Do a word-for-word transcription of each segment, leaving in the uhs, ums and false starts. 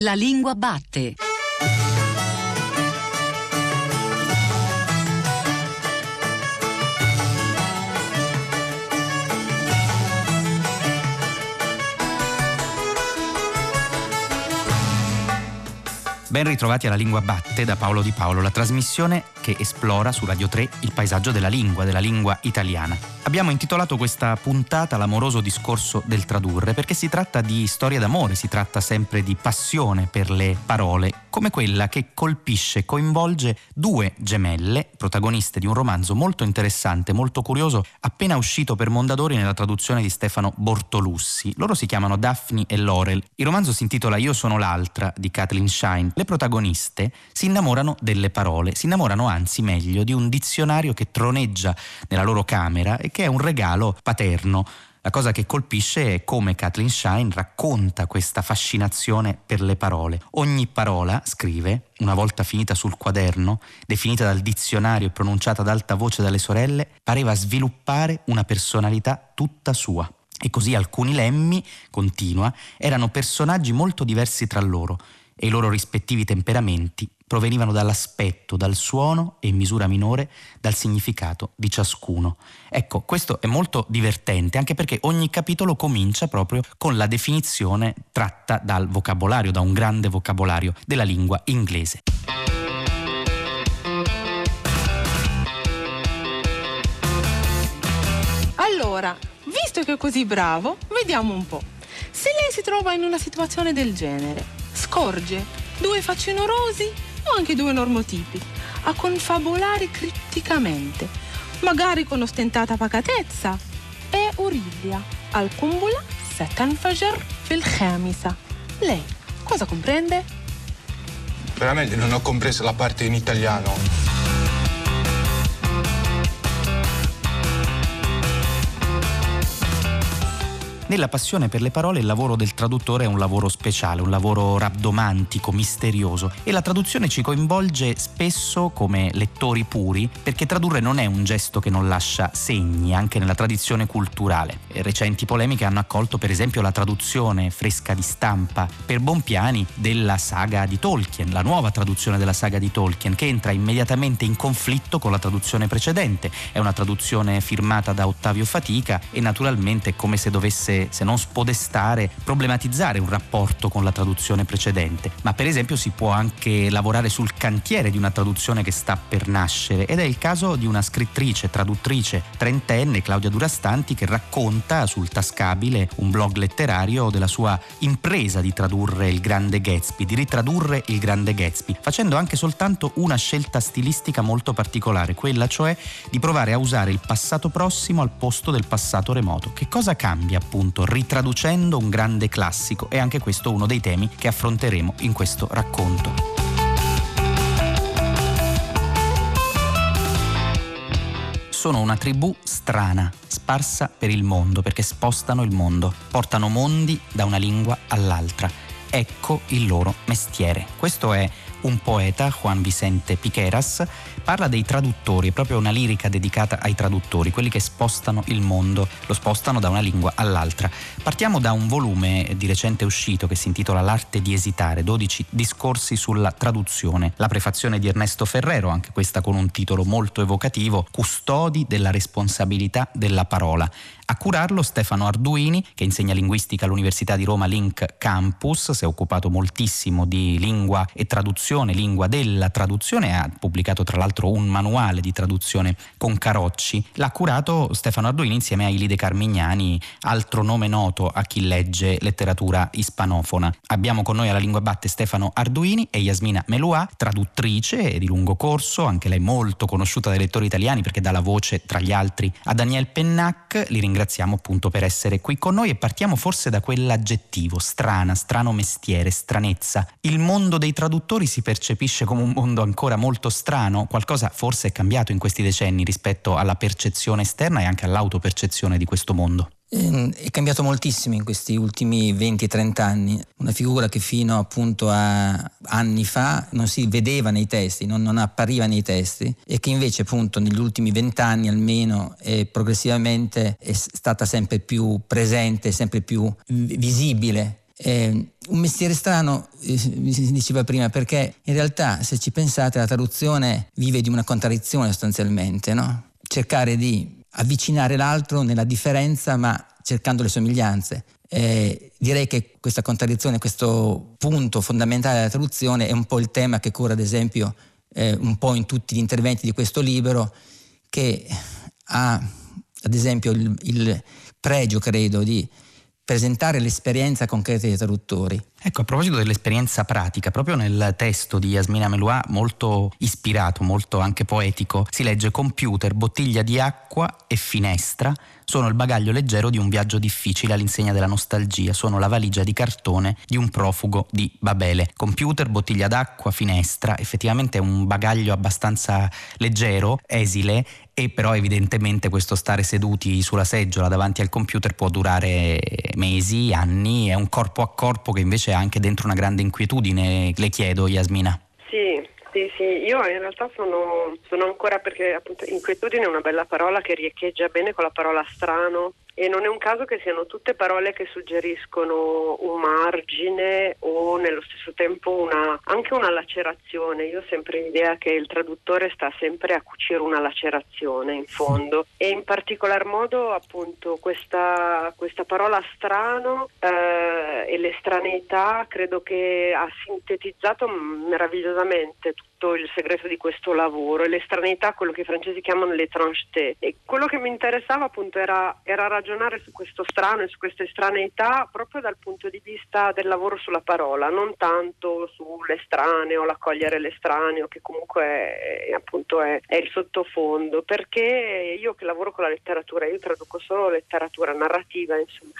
La lingua batte. Ben ritrovati alla Lingua Batte da Paolo Di Paolo, la trasmissione che esplora su Radio tre il paesaggio della lingua, della lingua italiana. Abbiamo intitolato questa puntata L'amoroso discorso del tradurre perché si tratta di storia d'amore, si tratta sempre di passione per le parole, come quella che colpisce e coinvolge due gemelle, protagoniste di un romanzo molto interessante, molto curioso, appena uscito per Mondadori nella traduzione di Stefano Bortolussi. Loro si chiamano Daphne e Laurel. Il romanzo si intitola Io sono l'altra di Kathleen Shine. Le protagoniste si innamorano delle parole, si innamorano anzi meglio di un dizionario che troneggia nella loro camera e che è un regalo paterno. La cosa che colpisce è come Kathleen Shine racconta questa fascinazione per le parole. Ogni parola, scrive, una volta finita sul quaderno, definita dal dizionario e pronunciata ad alta voce dalle sorelle, pareva sviluppare una personalità tutta sua. E così alcuni lemmi, continua, erano personaggi molto diversi tra loro e i loro rispettivi temperamenti provenivano dall'aspetto, dal suono e in misura minore dal significato di ciascuno. Ecco, questo è molto divertente anche perché ogni capitolo comincia proprio con la definizione tratta dal vocabolario, da un grande vocabolario della lingua inglese. Allora, visto che è così bravo, vediamo un po'. Se lei si trova in una situazione del genere, scorge due facinorosi o anche due normotipi a confabulare cripticamente, magari con ostentata pacatezza, e Urilia al-Qumbula satanfajar fil khamisa. Lei cosa comprende? Veramente non ho compreso la parte in italiano. Nella passione per le parole il lavoro del traduttore è un lavoro speciale, un lavoro rabdomantico, misterioso e la traduzione ci coinvolge spesso come lettori puri perché tradurre non è un gesto che non lascia segni anche nella tradizione culturale. E recenti polemiche hanno accolto per esempio la traduzione fresca di stampa per Bompiani della saga di Tolkien, la nuova traduzione della saga di Tolkien che entra immediatamente in conflitto con la traduzione precedente. È una traduzione firmata da Ottavio Fatica e naturalmente è come se dovesse, se non spodestare, problematizzare un rapporto con la traduzione precedente. Ma per esempio si può anche lavorare sul cantiere di una traduzione che sta per nascere ed è il caso di una scrittrice, traduttrice trentenne, Claudia Durastanti, che racconta sul Tascabile, un blog letterario, della sua impresa di tradurre il Grande Gatsby, di ritradurre il Grande Gatsby, facendo anche soltanto una scelta stilistica molto particolare, quella cioè di provare a usare il passato prossimo al posto del passato remoto. Che cosa cambia appunto ritraducendo un grande classico? E anche questo uno dei temi che affronteremo in questo racconto. Sono una tribù strana, sparsa per il mondo perché spostano il mondo, portano mondi da una lingua all'altra. Ecco il loro mestiere. Questo è un poeta, Juan Vicente Piqueras, parla dei traduttori, è proprio una lirica dedicata ai traduttori, quelli che spostano il mondo, lo spostano da una lingua all'altra. Partiamo da un volume di recente uscito che si intitola L'arte di esitare, dodici discorsi sulla traduzione. La prefazione di Ernesto Ferrero, anche questa con un titolo molto evocativo, Custodi della responsabilità della parola. A curarlo Stefano Arduini, che insegna linguistica all'Università di Roma Link Campus, si è occupato moltissimo di lingua e traduzione, lingua della traduzione, ha pubblicato tra l'altro un manuale di traduzione con Carocci. L'ha curato Stefano Arduini insieme a Ilide Carmignani, altro nome noto a chi legge letteratura ispanofona. Abbiamo con noi alla Lingua Batte Stefano Arduini e Yasmina Meloua, traduttrice di lungo corso, anche lei molto conosciuta dai lettori italiani perché dà la voce tra gli altri a Daniel Pennac. Li ringraziamo appunto per essere qui con noi e partiamo forse da quell'aggettivo, strana, strano mestiere, stranezza. Il mondo dei traduttori si percepisce come un mondo ancora molto strano, qualcosa forse è cambiato in questi decenni rispetto alla percezione esterna e anche all'autopercezione di questo mondo. È cambiato moltissimo in questi ultimi venti trenta anni, una figura che fino appunto a anni fa non si vedeva nei testi, non, non appariva nei testi e che invece appunto negli ultimi vent'anni almeno è progressivamente è stata sempre più presente, sempre più visibile. Eh, un mestiere strano, eh, si diceva prima, perché in realtà, se ci pensate, la traduzione vive di una contraddizione sostanzialmente, no? Cercare di avvicinare l'altro nella differenza, ma cercando le somiglianze. Eh, direi che questa contraddizione, questo punto fondamentale della traduzione è un po' il tema che corre ad esempio eh, un po' in tutti gli interventi di questo libro, che ha ad esempio il, il pregio, credo, di presentare l'esperienza concreta dei traduttori. Ecco, a proposito dell'esperienza pratica, proprio nel testo di Yasmina Meloua, molto ispirato, molto anche poetico, si legge: computer, bottiglia di acqua e finestra sono il bagaglio leggero di un viaggio difficile all'insegna della nostalgia, sono la valigia di cartone di un profugo di Babele. Computer, bottiglia d'acqua, finestra, effettivamente è un bagaglio abbastanza leggero, esile, e però evidentemente questo stare seduti sulla seggiola davanti al computer può durare mesi, anni, è un corpo a corpo che invece ha anche dentro una grande inquietudine. Le chiedo, Yasmina. Sì, sì, sì, io in realtà sono, sono ancora, perché appunto inquietudine è una bella parola che riecheggia bene con la parola strano, e non è un caso che siano tutte parole che suggeriscono un margine o nello stesso tempo una, anche una lacerazione. Io ho sempre l'idea che il traduttore sta sempre a cucire una lacerazione in fondo, e in particolar modo appunto questa, questa parola strano eh, e l'estraneità credo che ha sintetizzato meravigliosamente tutto il segreto di questo lavoro, e l'estraneità, quello che i francesi chiamano l'étrangeté. E quello che mi interessava appunto era, era ragionare su questo strano e su questa estraneità proprio dal punto di vista del lavoro sulla parola, non tanto sull'estraneo, l'accogliere l'estraneo, che comunque è, appunto è, è il sottofondo, perché io che lavoro con la letteratura, io traduco solo letteratura narrativa, insomma,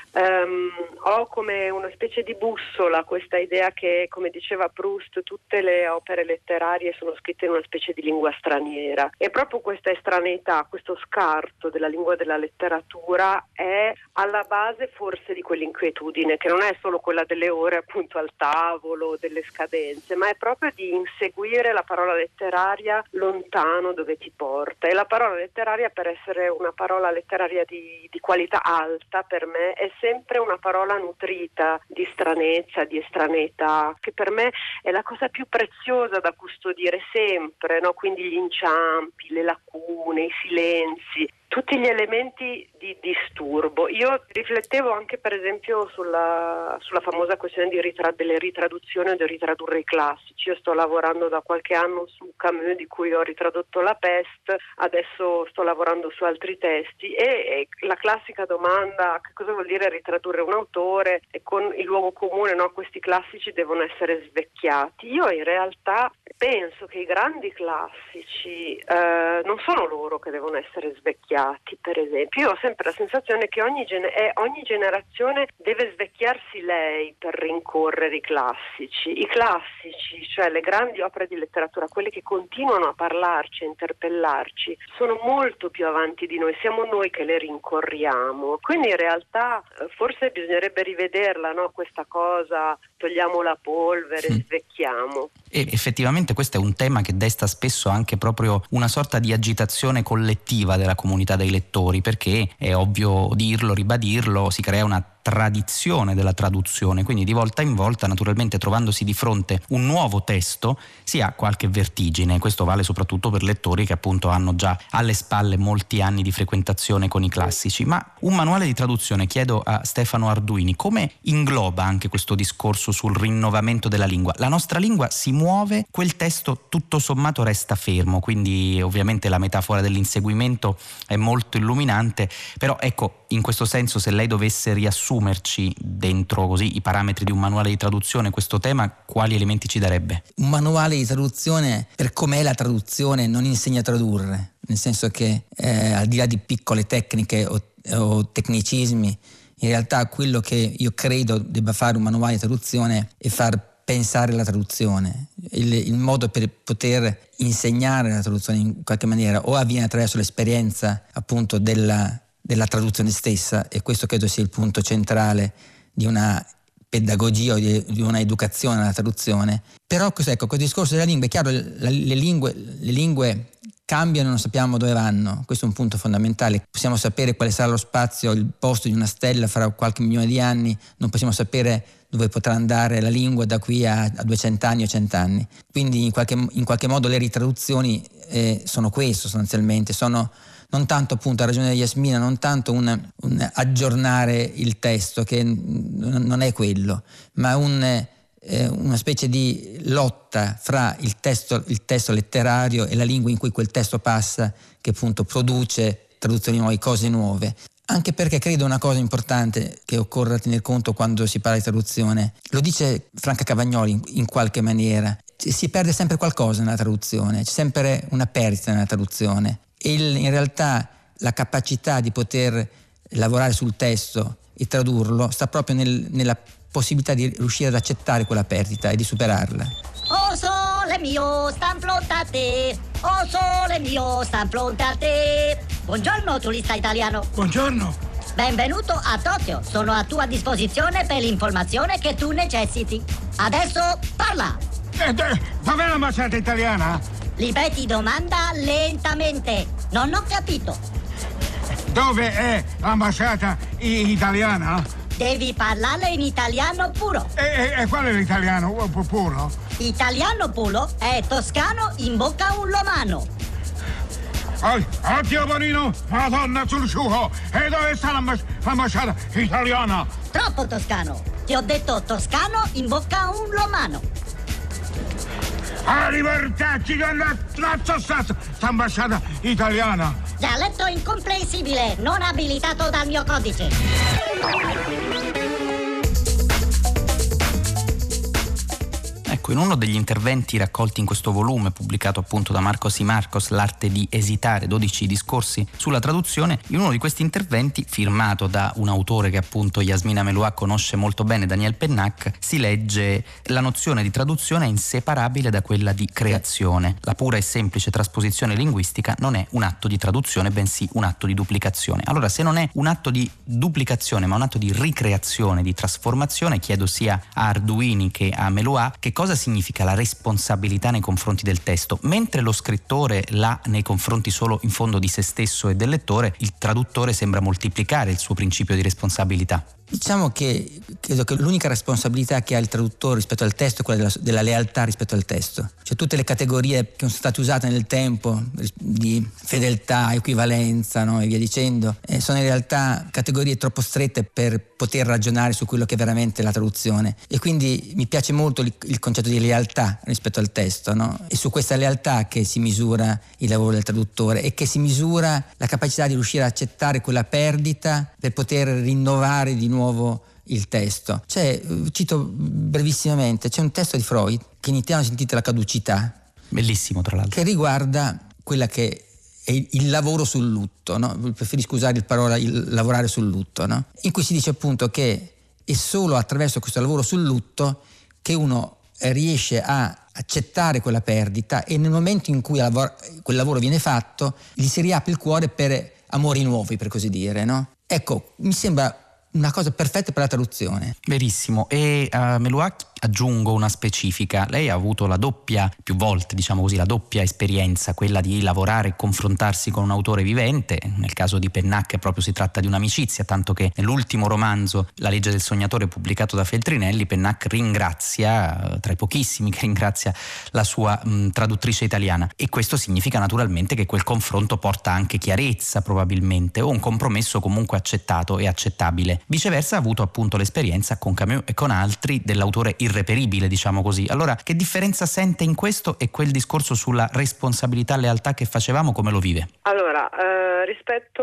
Um, ho come una specie di bussola questa idea che, come diceva Proust, tutte le opere letterarie sono scritte in una specie di lingua straniera, e proprio questa estraneità, questo scarto della lingua della letteratura è alla base forse di quell'inquietudine, che non è solo quella delle ore appunto al tavolo, delle scadenze, ma è proprio di inseguire la parola letteraria lontano dove ti porta. E la parola letteraria, per essere una parola letteraria di, di qualità alta, per me è sempre una parola nutrita di stranezza, di estraneità, che per me è la cosa più preziosa da custodire sempre, no? Quindi gli inciampi, le lacune, i silenzi, tutti gli elementi di disturbo. Io riflettevo anche per esempio sulla, sulla famosa questione di ritra- delle ritraduzioni o di ritradurre i classici. Io sto lavorando da qualche anno su Camus, di cui ho ritradotto La Peste, adesso sto lavorando su altri testi, e, e la classica domanda: che cosa vuol dire ritradurre un autore? E con il luogo comune, no? Questi classici devono essere svecchiati. Io in realtà penso che i grandi classici eh, non sono loro che devono essere svecchiati. Per esempio, io ho sempre la sensazione che ogni, gene- eh, ogni generazione deve svecchiarsi lei per rincorrere i classici. I classici, cioè le grandi opere di letteratura, quelle che continuano a parlarci, a interpellarci, sono molto più avanti di noi, siamo noi che le rincorriamo. Quindi in realtà eh, forse bisognerebbe rivederla, no? Questa cosa, togliamo la polvere, mm. svecchiamo. E effettivamente questo è un tema che desta spesso anche proprio una sorta di agitazione collettiva della comunità dei lettori, perché è ovvio dirlo, ribadirlo, si crea una tradizione della traduzione, quindi di volta in volta, naturalmente trovandosi di fronte un nuovo testo, si ha qualche vertigine. Questo vale soprattutto per lettori che appunto hanno già alle spalle molti anni di frequentazione con i classici. Ma un manuale di traduzione, chiedo a Stefano Arduini, come ingloba anche questo discorso sul rinnovamento della lingua? La nostra lingua si muove, quel testo tutto sommato resta fermo, quindi ovviamente la metafora dell'inseguimento è molto illuminante, però ecco, in questo senso, se lei dovesse riassumerci dentro così i parametri di un manuale di traduzione questo tema, quali elementi ci darebbe? Un manuale di traduzione, per com'è la traduzione, non insegna a tradurre, nel senso che eh, al di là di piccole tecniche o, o tecnicismi, in realtà quello che io credo debba fare un manuale di traduzione è far pensare la traduzione. Il, il modo per poter insegnare la traduzione in qualche maniera o avviene attraverso l'esperienza appunto della della traduzione stessa, e questo credo sia il punto centrale di una pedagogia o di, di una educazione alla traduzione. Però ecco, questo discorso della lingua, è chiaro, le, le lingue le lingue cambiano e non sappiamo dove vanno. Questo è un punto fondamentale. Possiamo sapere quale sarà lo spazio, il posto di una stella fra qualche milione di anni, non possiamo sapere dove potrà andare la lingua da qui a, a duecento anni o cento anni. Quindi in qualche, in qualche modo le ritraduzioni eh, sono questo sostanzialmente, sono non tanto, appunto, ha ragione Yasmina, non tanto un, un aggiornare il testo, che n- non è quello, ma un, eh, una specie di lotta fra il testo, il testo letterario e la lingua in cui quel testo passa, che appunto produce traduzioni nuove, cose nuove. Anche perché credo una cosa importante che occorre tener conto quando si parla di traduzione, lo dice Franca Cavagnoli in, in qualche maniera, si perde sempre qualcosa nella traduzione, c'è sempre una perdita nella traduzione. E il, in realtà la capacità di poter lavorare sul testo e tradurlo sta proprio nel, nella possibilità di riuscire ad accettare quella perdita e di superarla. Oh sole mio, stan pronto a te. Oh sole mio, stan pronto a te. Buongiorno turista italiano. Buongiorno. Benvenuto a Tokyo. Sono a tua disposizione per l'informazione che tu necessiti. Adesso parla. Eh, dov'è l'ambasciata italiana? Ripeti domanda lentamente. Non ho capito. Dove è l'ambasciata italiana? Devi parlare in italiano puro. E, e, e qual è l'italiano puro? Italiano puro è toscano in bocca un romano. Oh, oddio Bonino, Madonna sul suo. E dove sta l'ambas- l'ambasciata italiana? Troppo toscano. Ti ho detto toscano in bocca un romano. A libertà, ci cazzo sta ambasciata italiana? Dialetto incomprensibile, non abilitato dal mio codice. Ecco, in uno degli interventi raccolti in questo volume, pubblicato appunto da Marcos y Marcos, L'arte di esitare, dodici discorsi sulla traduzione, in uno di questi interventi, firmato da un autore che appunto Yasmina Meluà conosce molto bene, Daniel Pennac, si legge: la nozione di traduzione è inseparabile da quella di creazione. La pura e semplice trasposizione linguistica non è un atto di traduzione, bensì un atto di duplicazione. Allora, se non è un atto di duplicazione, ma un atto di ricreazione, di trasformazione, chiedo sia a Arduini che a Meluà che cosa significa la responsabilità nei confronti del testo. Mentre lo scrittore l'ha nei confronti solo in fondo di se stesso e del lettore, il traduttore sembra moltiplicare il suo principio di responsabilità. Diciamo che credo che l'unica responsabilità che ha il traduttore rispetto al testo è quella della, della lealtà rispetto al testo. Cioè tutte le categorie che sono state usate nel tempo di fedeltà, equivalenza, no, e via dicendo, eh, sono in realtà categorie troppo strette per poter ragionare su quello che è veramente la traduzione. E quindi mi piace molto il, il concetto di lealtà rispetto al testo, no? E su questa lealtà che si misura il lavoro del traduttore e che si misura la capacità di riuscire a accettare quella perdita per poter rinnovare di nuovo nuovo il testo. C'è, cito brevissimamente, c'è un testo di Freud che in italiano si intitola Caducità, bellissimo tra l'altro, che riguarda quella che è il lavoro sul lutto, no? Preferisco usare il parola il lavorare sul lutto, no? In cui si dice appunto che è solo attraverso questo lavoro sul lutto che uno riesce a accettare quella perdita e nel momento in cui lavoro, quel lavoro viene fatto gli si riapre il cuore per amori nuovi, per così dire, no? Ecco, mi sembra una cosa perfetta per la traduzione. Verissimo. E a Meluà aggiungo una specifica. Lei ha avuto la doppia, più volte diciamo così, la doppia esperienza, quella di lavorare e confrontarsi con un autore vivente. Nel caso di Pennac proprio si tratta di un'amicizia, tanto che nell'ultimo romanzo La legge del sognatore, pubblicato da Feltrinelli, Pennac ringrazia, tra i pochissimi che ringrazia, la sua mh, traduttrice italiana, e questo significa naturalmente che quel confronto porta anche chiarezza, probabilmente, o un compromesso comunque accettato e accettabile. Viceversa ha avuto appunto l'esperienza con Camus e con altri dell'autore irreperibile, diciamo così. Allora, che differenza sente in questo e quel discorso sulla responsabilità e lealtà che facevamo, come lo vive? Allora, eh, rispetto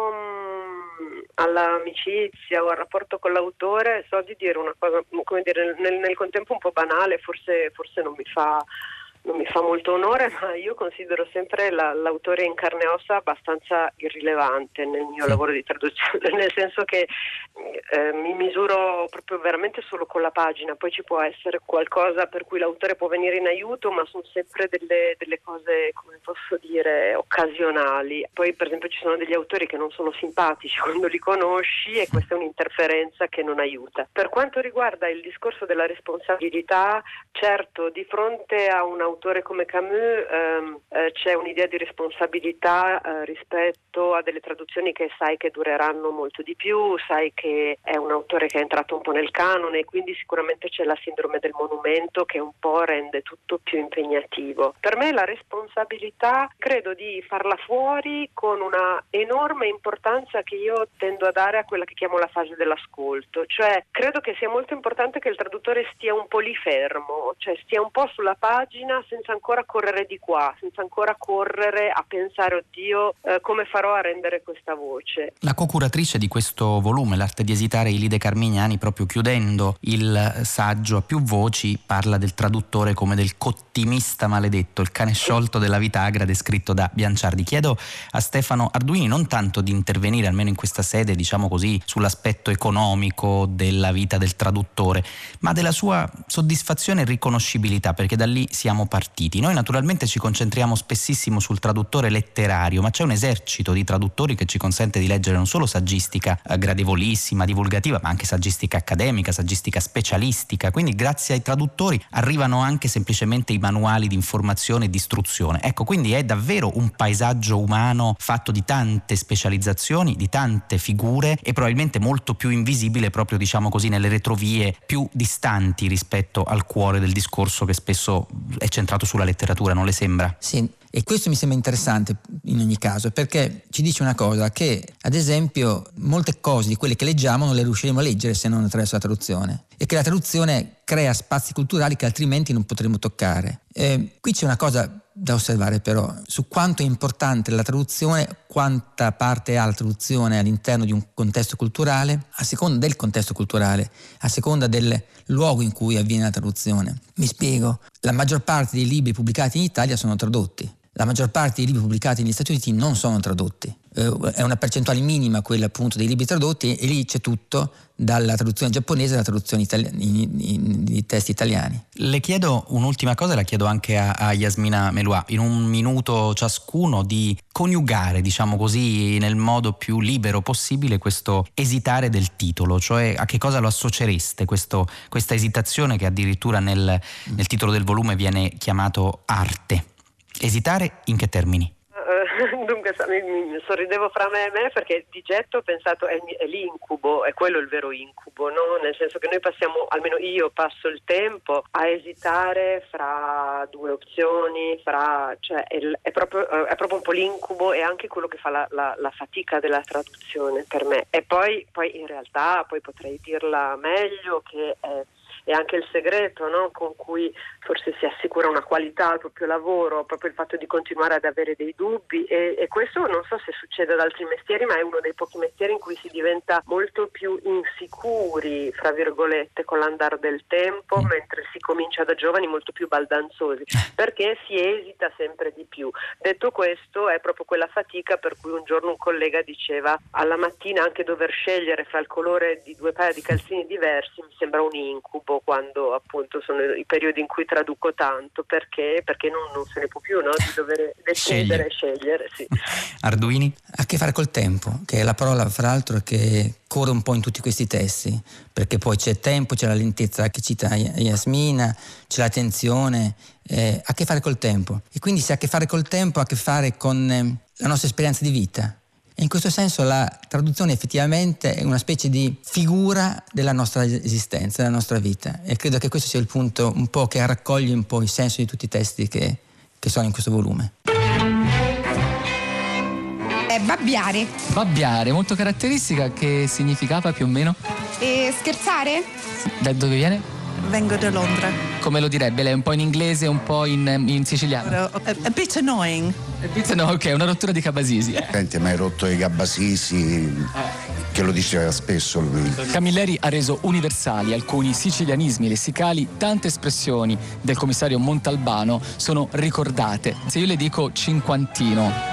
mh, all'amicizia o al rapporto con l'autore, so di dire una cosa, come dire, nel, nel contempo un po' banale, forse, forse non mi fa non mi fa molto onore, ma io considero sempre la, l'autore in carne e ossa abbastanza irrilevante nel mio lavoro di traduzione, nel senso che eh, mi misuro proprio veramente solo con la pagina, poi ci può essere qualcosa per cui l'autore può venire in aiuto, ma sono sempre delle, delle cose, come posso dire, occasionali. Poi per esempio ci sono degli autori che non sono simpatici quando li conosci e questa è un'interferenza che non aiuta. Per quanto riguarda il discorso della responsabilità, certo, di fronte a un autore come Camus ehm, eh, c'è un'idea di responsabilità eh, rispetto a delle traduzioni che sai che dureranno molto di più, sai che è un autore che è entrato un po' nel canone e quindi sicuramente c'è la sindrome del monumento che un po' rende tutto più impegnativo. Per me la responsabilità credo di farla fuori con una enorme importanza che io tendo a dare a quella che chiamo la fase dell'ascolto, cioè credo che sia molto importante che il traduttore stia un po' lì fermo, cioè stia un po' sulla pagina senza ancora correre di qua, senza ancora correre a pensare oddio eh, come farò a rendere questa voce. La co-curatrice di questo volume, L'arte di esitare, Ilide Carmignani, proprio chiudendo il saggio a più voci, parla del traduttore come del cottimista maledetto, il cane sciolto della Vitagra descritto da Bianciardi. Chiedo a Stefano Arduini non tanto di intervenire, almeno in questa sede, diciamo così, sull'aspetto economico della vita del traduttore, ma della sua soddisfazione e riconoscibilità, perché da lì siamo partiti. Noi naturalmente ci concentriamo spessissimo sul traduttore letterario, ma c'è un esercito di traduttori che ci consente di leggere non solo saggistica eh, gradevolissima, divulgativa, ma anche saggistica accademica, saggistica specialistica. Quindi grazie ai traduttori arrivano anche semplicemente i manuali di informazione e di istruzione. Ecco, quindi è davvero un paesaggio umano fatto di tante specializzazioni, di tante figure e probabilmente molto più invisibile proprio, diciamo così, nelle retrovie più distanti rispetto al cuore del discorso che spesso è centrato sulla letteratura, non le sembra? Sì, e questo mi sembra interessante in ogni caso, perché ci dice una cosa, che ad esempio molte cose di quelle che leggiamo non le riusciremo a leggere se non attraverso la traduzione, e che la traduzione crea spazi culturali che altrimenti non potremo toccare. Eh, qui c'è una cosa da osservare però, su quanto è importante la traduzione, quanta parte ha la traduzione all'interno di un contesto culturale, a seconda del contesto culturale, a seconda del luogo in cui avviene la traduzione. Mi spiego, la maggior parte dei libri pubblicati in Italia sono tradotti, la maggior parte dei libri pubblicati negli Stati Uniti non sono tradotti. Eh, è una percentuale minima quella appunto dei libri tradotti, e lì c'è tutto, dalla traduzione giapponese alla traduzione itali- di testi italiani. Le chiedo un'ultima cosa, la chiedo anche a, a Yasmina Meloua, in un minuto ciascuno, di coniugare, diciamo così, nel modo più libero possibile questo esitare del titolo, cioè a che cosa lo associereste questo, questa esitazione che addirittura nel, nel titolo del volume viene chiamato arte. Esitare in che termini? Dunque mi, mi sorridevo fra me e me perché di getto ho pensato è, è l'incubo, è quello il vero incubo, no? Nel senso che noi passiamo, almeno io passo il tempo a esitare fra due opzioni, fra, cioè è, è, proprio, è proprio un po' l'incubo, e anche quello che fa la, la, la fatica della traduzione per me. E poi, poi in realtà poi potrei dirla meglio che è e anche il segreto, no? Con cui forse si assicura una qualità al proprio lavoro, proprio il fatto di continuare ad avere dei dubbi, e, e questo non so se succede ad altri mestieri, ma è uno dei pochi mestieri in cui si diventa molto più insicuri, fra virgolette, con l'andare del tempo, mm. mentre si comincia da giovani molto più baldanzosi, perché si esita sempre di più. Detto questo, è proprio quella fatica per cui un giorno un collega diceva: alla mattina anche dover scegliere fra il colore di due paia di calzini diversi mi sembra un incubo, quando appunto sono i periodi in cui traduco tanto, perché perché non, non se ne può più, no? Di dover decidere e scegliere, sì. Arduini? Ha a che fare col tempo, che è la parola fra l'altro che corre un po' in tutti questi testi, perché poi c'è tempo, c'è la lentezza che cita Yasmina, c'è la tensione, eh, ha a che fare col tempo, e quindi se ha a che fare col tempo ha a che fare con eh, la nostra esperienza di vita. E in questo senso la traduzione effettivamente è una specie di figura della nostra esistenza, della nostra vita, e credo che questo sia il punto un po' che raccoglie un po' il senso di tutti i testi che, che sono in questo volume. È babbiare. Babbiare, molto caratteristica, che significava più o meno? E scherzare? Da dove viene? Vengo da Londra. Come lo direbbe lei? Un po' in inglese, un po' in, in siciliano? A, a bit annoying. A bit no, ok, una rottura di Cabasisi. Eh. Senti, ma hai rotto i Cabasisi, eh. che lo diceva spesso lui. Camilleri ha reso universali alcuni sicilianismi lessicali, tante espressioni del commissario Montalbano sono ricordate. Se io le dico cinquantino...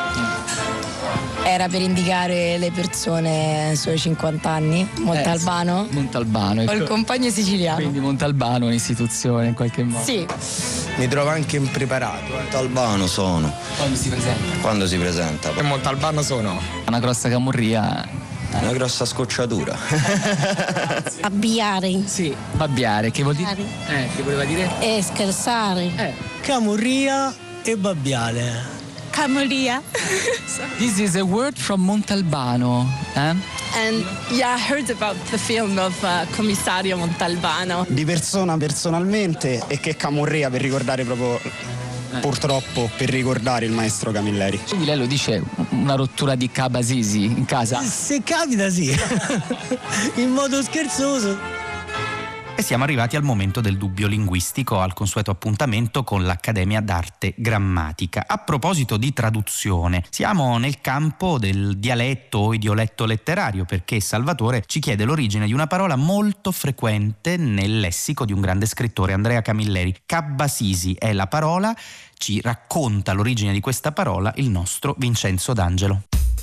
Era per indicare le persone sui cinquanta anni, Montalbano. Eh, sì. Montalbano. Ho il compagno siciliano. Quindi Montalbano è un'istituzione in qualche modo. Sì. Mi trovo anche impreparato. Montalbano sono. Quando si presenta? Quando si presenta. E Montalbano sono. Una grossa camurria. Una grossa scocciatura. Babbiare. Sì, babbiare, che vuol dire? Eh, che voleva dire? E scherzare. Eh. Camurria e babbiare. Camurria. This is a word from Montalbano. Eh? And yeah, I heard about the film of uh, Commissario Montalbano. Di persona personalmente e che camurria per ricordare proprio, eh. purtroppo, per ricordare il maestro Camilleri. Quindi lei lo dice una rottura di Cabasisi in casa? Se capita sì, in modo scherzoso. E siamo arrivati al momento del dubbio linguistico, al consueto appuntamento con l'Accademia d'Arte Grammatica. A proposito di traduzione, siamo nel campo del dialetto o idioletto letterario, perché Salvatore ci chiede l'origine di una parola molto frequente nel lessico di un grande scrittore, Andrea Camilleri. Cabasisi è la parola, ci racconta l'origine di questa parola il nostro Vincenzo D'Angelo.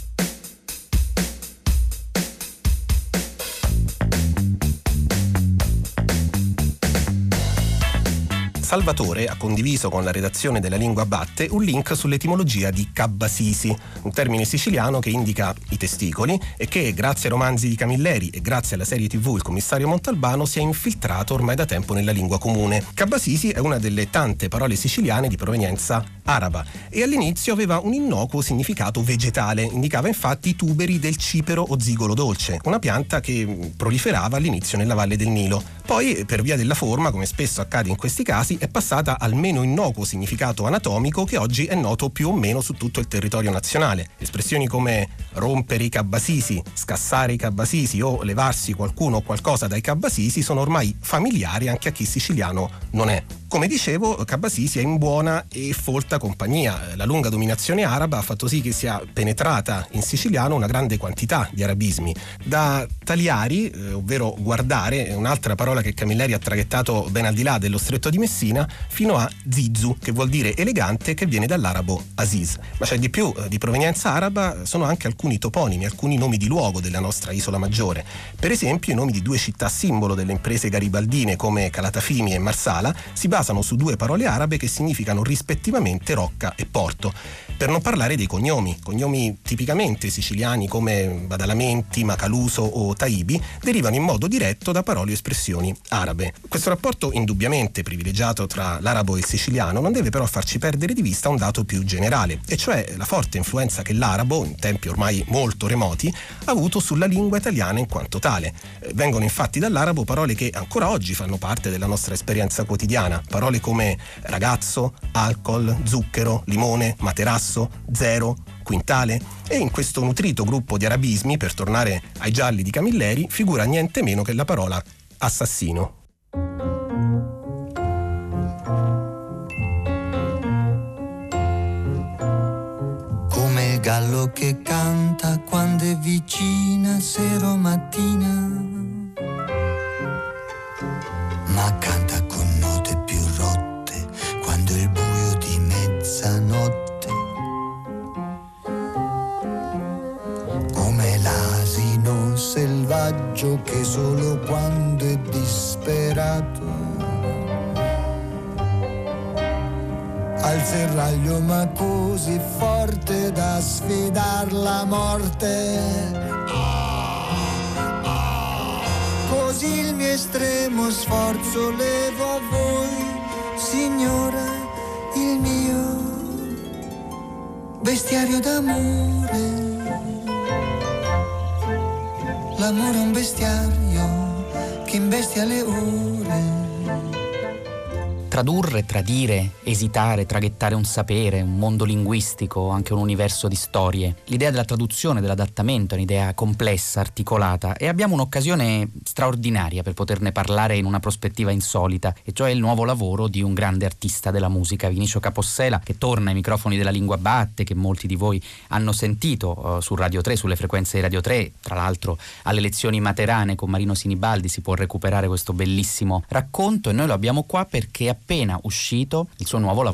Salvatore ha condiviso con la redazione della Lingua Batte un link sull'etimologia di Cabasisi, un termine siciliano che indica i testicoli e che, grazie ai romanzi di Camilleri e grazie alla serie tivù Il commissario Montalbano, si è infiltrato ormai da tempo nella lingua comune. Cabasisi è una delle tante parole siciliane di provenienza araba e all'inizio aveva un innocuo significato vegetale, indicava infatti i tuberi del cipero o zigolo dolce, una pianta che proliferava all'inizio nella valle del Nilo. Poi, per via della forma, come spesso accade in questi casi, è passata al meno innocuo significato anatomico che oggi è noto più o meno su tutto il territorio nazionale. Espressioni come rompere i Cabasisi, scassare i Cabasisi o levarsi qualcuno o qualcosa dai Cabasisi sono ormai familiari anche a chi siciliano non è. Come dicevo, Cabasisi è in buona e folta compagnia. La lunga dominazione araba ha fatto sì che sia penetrata in siciliano una grande quantità di arabismi. Da taliari, eh, ovvero guardare, un'altra parola che Camilleri ha traghettato ben al di là dello stretto di Messina, fino a zizu, che vuol dire elegante, che viene dall'arabo aziz. Ma c'è di più, di provenienza araba sono anche alcuni toponimi, alcuni nomi di luogo della nostra isola maggiore. Per esempio, i nomi di due città simbolo delle imprese garibaldine come Calatafimi e Marsala si basano su due parole arabe che significano rispettivamente rocca e porto. Per non parlare dei cognomi, cognomi tipicamente siciliani come Badalamenti, Macaluso o Taibi, derivano in modo diretto da parole o espressioni arabe. Questo rapporto indubbiamente privilegiato tra l'arabo e il siciliano non deve però farci perdere di vista un dato più generale, e cioè la forte influenza che l'arabo, in tempi ormai molto remoti, ha avuto sulla lingua italiana in quanto tale. Vengono infatti dall'arabo parole che ancora oggi fanno parte della nostra esperienza quotidiana, parole come ragazzo, alcol, zucchero, limone, materasso, zero, quintale, e in questo nutrito gruppo di arabismi, per tornare ai gialli di Camilleri, figura niente meno che la parola assassino. Come il gallo che canta quando è vicina sera o mattina, ma canta con note più rotte quando è il buio di mezzanotte. Come l'asino selvaggio che solo quando è disperato ha il serraglio ma così forte da sfidar la morte. Così il mio estremo sforzo levo a voi, signora, il mio bestiario d'amore. L'amore è un bestiario che imbestia le ore. Tradurre, tradire, esitare, traghettare un sapere, un mondo linguistico, anche un universo di storie. L'idea della traduzione, dell'adattamento è un'idea complessa, articolata, e abbiamo un'occasione straordinaria per poterne parlare in una prospettiva insolita, e cioè il nuovo lavoro di un grande artista della musica, Vinicio Capossela, che torna ai microfoni della Lingua Batte, che molti di voi hanno sentito uh, su Radio tre, sulle frequenze di Radio tre. Tra l'altro alle lezioni materane con Marino Sinibaldi si può recuperare questo bellissimo racconto, e noi lo abbiamo qua perché è appena uscito il suo nuovo lavoro.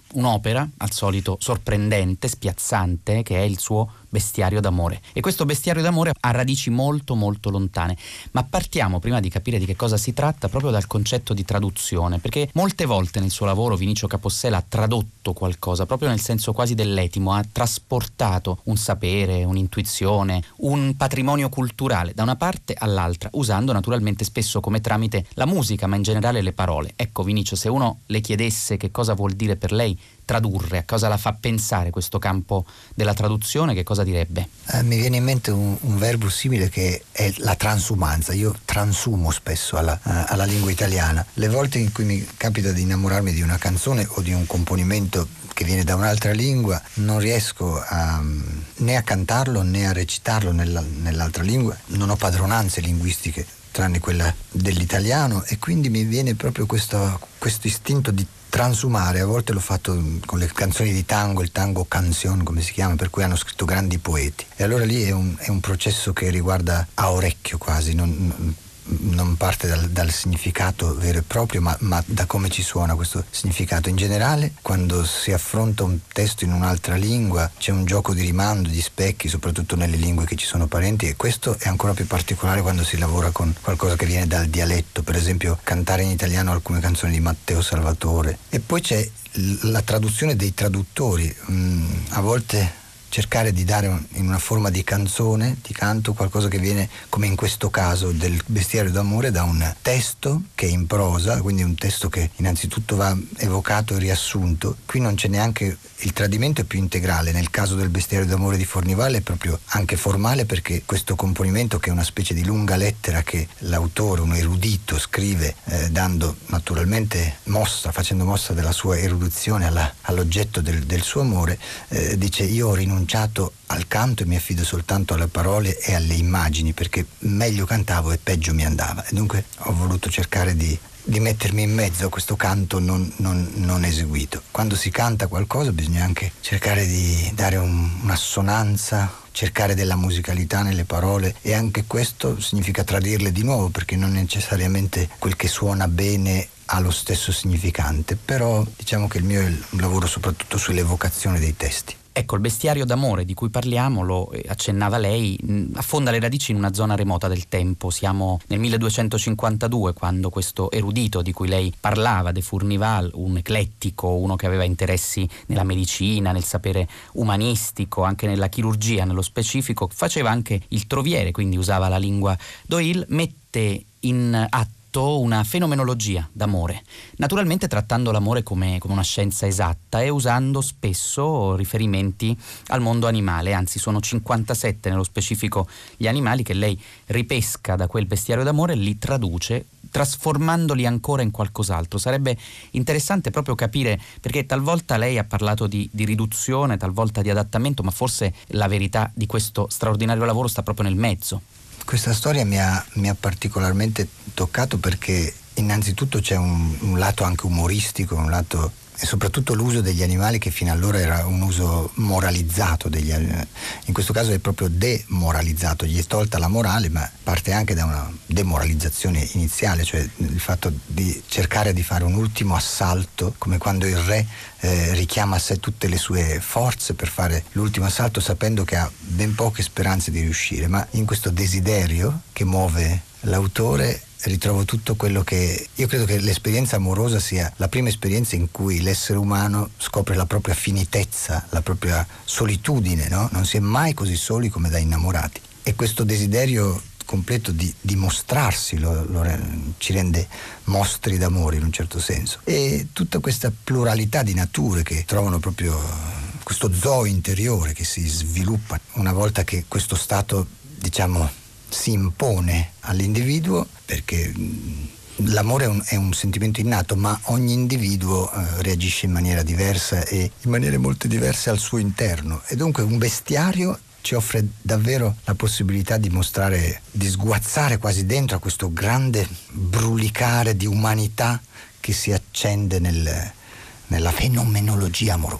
un'opera al solito sorprendente, spiazzante, che è il suo Bestiario d'amore. E questo Bestiario d'amore ha radici molto molto lontane, ma partiamo, prima di capire di che cosa si tratta, proprio dal concetto di traduzione, perché molte volte nel suo lavoro Vinicio Capossela ha tradotto qualcosa, proprio nel senso quasi dell'etimo, ha trasportato un sapere, un'intuizione, un patrimonio culturale da una parte all'altra, usando naturalmente spesso come tramite la musica, ma in generale le parole. Ecco Vinicio, se uno le chiedesse che cosa vuol dire per lei tradurre, a cosa la fa pensare questo campo della traduzione, che cosa direbbe? Eh, mi viene in mente un, un verbo simile che è la transumanza. Io transumo spesso alla, alla lingua italiana. Le volte in cui mi capita di innamorarmi di una canzone o di un componimento che viene da un'altra lingua, non riesco a, né a cantarlo né a recitarlo nella, nell'altra lingua. Non ho padronanze linguistiche tranne quella dell'italiano, e quindi mi viene proprio questo, questo istinto di transumare. A volte l'ho fatto con le canzoni di tango, il tango canción come si chiama, per cui hanno scritto grandi poeti, e allora lì è un, è un processo che riguarda a orecchio quasi, non, non non parte dal, dal significato vero e proprio, ma, ma da come ci suona questo significato. In generale, quando si affronta un testo in un'altra lingua, c'è un gioco di rimando, di specchi, soprattutto nelle lingue che ci sono parenti, e questo è ancora più particolare quando si lavora con qualcosa che viene dal dialetto, per esempio cantare in italiano alcune canzoni di Matteo Salvatore. E poi c'è la traduzione dei traduttori, mm, a volte cercare di dare un, in una forma di canzone, di canto, qualcosa che viene, come in questo caso del Bestiario d'amore, da un testo che è in prosa, quindi un testo che innanzitutto va evocato e riassunto. Qui non c'è neanche, il tradimento è più integrale. Nel caso del Bestiario d'amore di Fornival è proprio anche formale, perché questo componimento, che è una specie di lunga lettera che l'autore, un erudito, scrive eh, dando naturalmente mossa, facendo mossa della sua erudizione alla, all'oggetto del, del suo amore, eh, dice: io ho rinunciato al canto e mi affido soltanto alle parole e alle immagini, perché meglio cantavo e peggio mi andava. E dunque ho voluto cercare di, di mettermi in mezzo a questo canto non, non, non eseguito. Quando si canta qualcosa bisogna anche cercare di dare un, un'assonanza, cercare della musicalità nelle parole, e anche questo significa tradirle di nuovo, perché non necessariamente quel che suona bene ha lo stesso significante. Però diciamo che il mio è un lavoro soprattutto sull'evocazione dei testi. Ecco, il Bestiario d'amore di cui parliamo, lo accennava lei, affonda le radici in una zona remota del tempo. Siamo nel milleduecentocinquantadue, quando questo erudito di cui lei parlava, de Fournival, un eclettico, uno che aveva interessi nella medicina, nel sapere umanistico, anche nella chirurgia nello specifico, faceva anche il troviere, quindi usava la lingua d'Oïl, mette in atto una fenomenologia d'amore, naturalmente trattando l'amore come, come una scienza esatta e usando spesso riferimenti al mondo animale. Anzi, sono cinquantasette nello specifico gli animali che lei ripesca da quel Bestiario d'amore e li traduce, trasformandoli ancora in qualcos'altro. Sarebbe interessante proprio capire, perché talvolta lei ha parlato di, di riduzione, talvolta di adattamento, ma forse la verità di questo straordinario lavoro sta proprio nel mezzo. Questa storia mi ha, mi ha particolarmente toccato, perché innanzitutto c'è un, un lato anche umoristico, un lato, e soprattutto l'uso degli animali, che fino allora era un uso moralizzato degli animali. In questo caso è proprio demoralizzato, gli è tolta la morale, ma parte anche da una demoralizzazione iniziale, cioè il fatto di cercare di fare un ultimo assalto, come quando il re eh, richiama a sé tutte le sue forze per fare l'ultimo assalto, sapendo che ha ben poche speranze di riuscire. Ma in questo desiderio che muove l'autore ritrovo tutto quello che io credo che l'esperienza amorosa sia la prima esperienza in cui l'essere umano scopre la propria finitezza, la propria solitudine, no? Non si è mai così soli come da innamorati, e questo desiderio completo di, di mostrarsi lo, lo, ci rende mostri d'amore in un certo senso. E tutta questa pluralità di nature che trovano proprio questo zoo interiore che si sviluppa una volta che questo stato, diciamo, si impone all'individuo, perché l'amore è un, è un sentimento innato, ma ogni individuo eh, reagisce in maniera diversa e in maniere molto diverse al suo interno, e dunque un bestiario ci offre davvero la possibilità di mostrare, di sguazzare quasi dentro a questo grande brulicare di umanità che si accende nel, nella fenomenologia amorosa.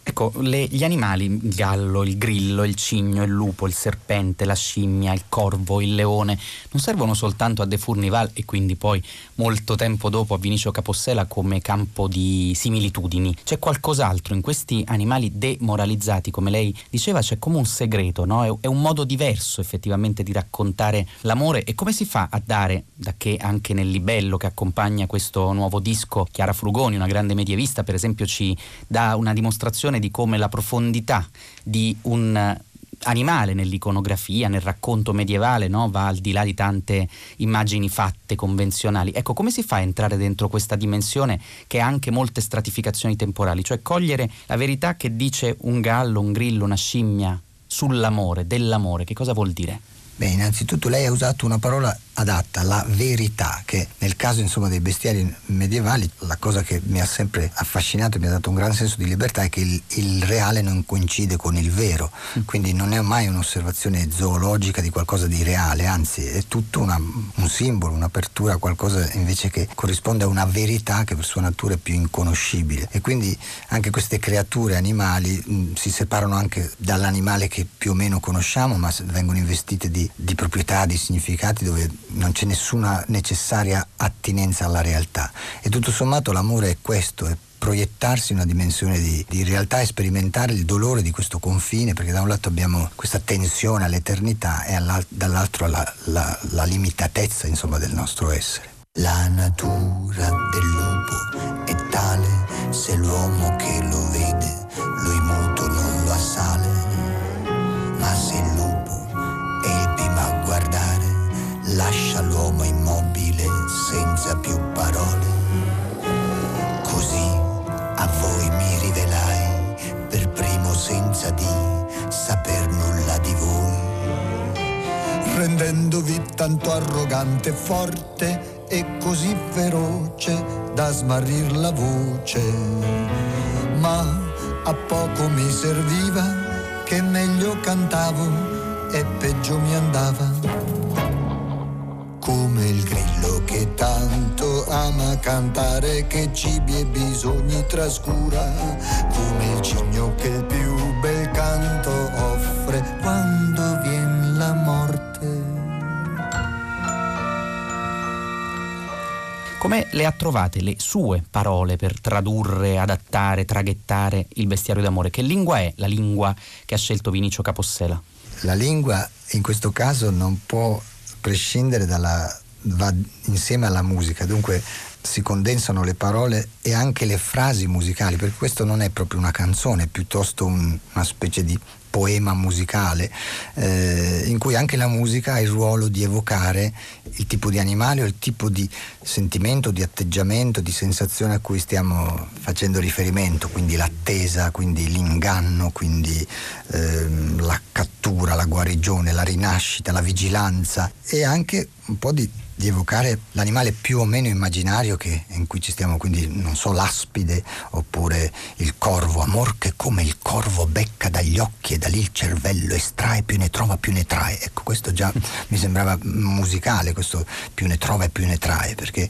Ecco, le, gli animali, il gallo, il grillo, il cigno, il lupo, il serpente, la scimmia, il corvo, il leone, non servono soltanto a De Furnival e quindi poi molto tempo dopo a Vinicio Capossela come campo di similitudini. C'è qualcos'altro in questi animali demoralizzati, come lei diceva, c'è come un segreto, no? È, è un modo diverso effettivamente di raccontare l'amore. E come si fa a dare, da che anche nel libello che accompagna questo nuovo disco, Chiara Frugoni, una grande medievista per esempio, ci dà una dimostrazione di come la profondità di un animale nell'iconografia, nel racconto medievale, no, va al di là di tante immagini fatte convenzionali. Ecco, come si fa a entrare dentro questa dimensione che ha anche molte stratificazioni temporali, cioè cogliere la verità che dice un gallo, un grillo, una scimmia sull'amore, dell'amore? Che cosa vuol dire? Beh, innanzitutto lei ha usato una parola adatta, la verità, che nel caso insomma dei bestiari medievali la cosa che mi ha sempre affascinato e mi ha dato un gran senso di libertà è che il, il reale non coincide con il vero, quindi non è mai un'osservazione zoologica di qualcosa di reale, anzi è tutto una, un simbolo, un'apertura a qualcosa invece che corrisponde a una verità che per sua natura è più inconoscibile, e quindi anche queste creature animali mh, si separano anche dall'animale che più o meno conosciamo, ma vengono investite di, di proprietà, di significati dove non c'è nessuna necessaria attinenza alla realtà, e tutto sommato l'amore è questo, è proiettarsi in una dimensione di, di realtà e sperimentare il dolore di questo confine, perché da un lato abbiamo questa tensione all'eternità e dall'altro la, la, la limitatezza insomma del nostro essere. La natura del lupo è tale, se l'uomo che lo vede lo immuto non lo assale, ma se il lupo è il primo a guardare lascia l'uomo immobile senza più parole. Così a voi mi rivelai per primo senza di saper nulla di voi, rendendovi tanto arrogante e forte e così feroce da smarrir la voce. Ma a poco mi serviva, che meglio cantavo e peggio mi andava. Come il grillo che tanto ama cantare, che cibi e bisogni trascura, come il cigno che il più bel canto offre quando vien la morte. Come le ha trovate le sue parole per tradurre, adattare, traghettare il bestiario d'amore? Che lingua è la lingua che ha scelto Vinicio Capossela? La lingua in questo caso non può prescindere dalla, va insieme alla musica, dunque si condensano le parole e anche le frasi musicali, per questo non è proprio una canzone, è piuttosto un, una specie di poema musicale eh, in cui anche la musica ha il ruolo di evocare il tipo di animale o il tipo di sentimento, di atteggiamento, di sensazione a cui stiamo facendo riferimento, quindi l'attesa, quindi l'inganno, quindi ehm, la cattura, la guarigione, la rinascita, la vigilanza, e anche un po' di di evocare l'animale più o meno immaginario che, in cui ci stiamo, quindi non so, l'aspide oppure il corvo, amor che come il corvo becca dagli occhi e da lì il cervello estrae, più ne trova più ne trae. Ecco, questo già mi sembrava musicale, questo più ne trova e più ne trae, perché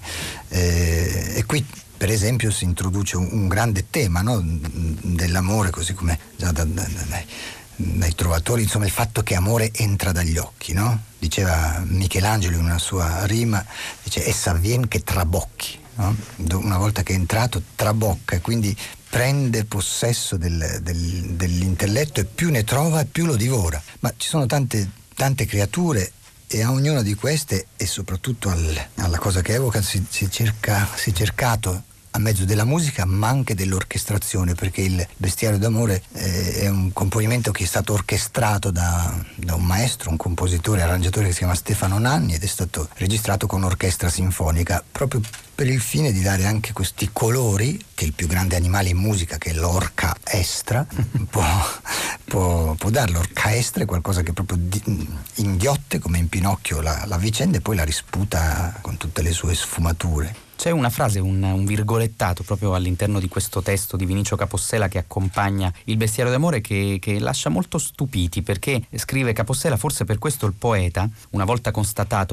eh, e qui per esempio si introduce un, un grande tema, no? Dell'amore, così come già da, da, da, dai, dai trovatori, insomma il fatto che amore entra dagli occhi, no? Diceva Michelangelo in una sua rima, dice essa avvien che trabocchi, no? Una volta che è entrato trabocca e quindi prende possesso del, del, dell'intelletto, e più ne trova e più lo divora. Ma ci sono tante, tante creature e a ognuna di queste, e soprattutto al, alla cosa che evoca, si, si, cerca, si è cercato a mezzo della musica ma anche dell'orchestrazione, perché il bestiario d'amore eh, è un componimento che è stato orchestrato da, da un maestro, un compositore, arrangiatore che si chiama Stefano Nanni, ed è stato registrato con orchestra sinfonica proprio per il fine di dare anche questi colori che il più grande animale in musica, che è l'orca estra, può, può, può dare. L'orca estra è qualcosa che proprio di, inghiotte come in Pinocchio la, la vicenda e poi la risputa con tutte le sue sfumature. C'è una frase, un, un virgolettato proprio all'interno di questo testo di Vinicio Capossela che accompagna il bestiario d'amore che, che lascia molto stupiti, perché scrive Capossela: forse per questo il poeta, una volta constatato che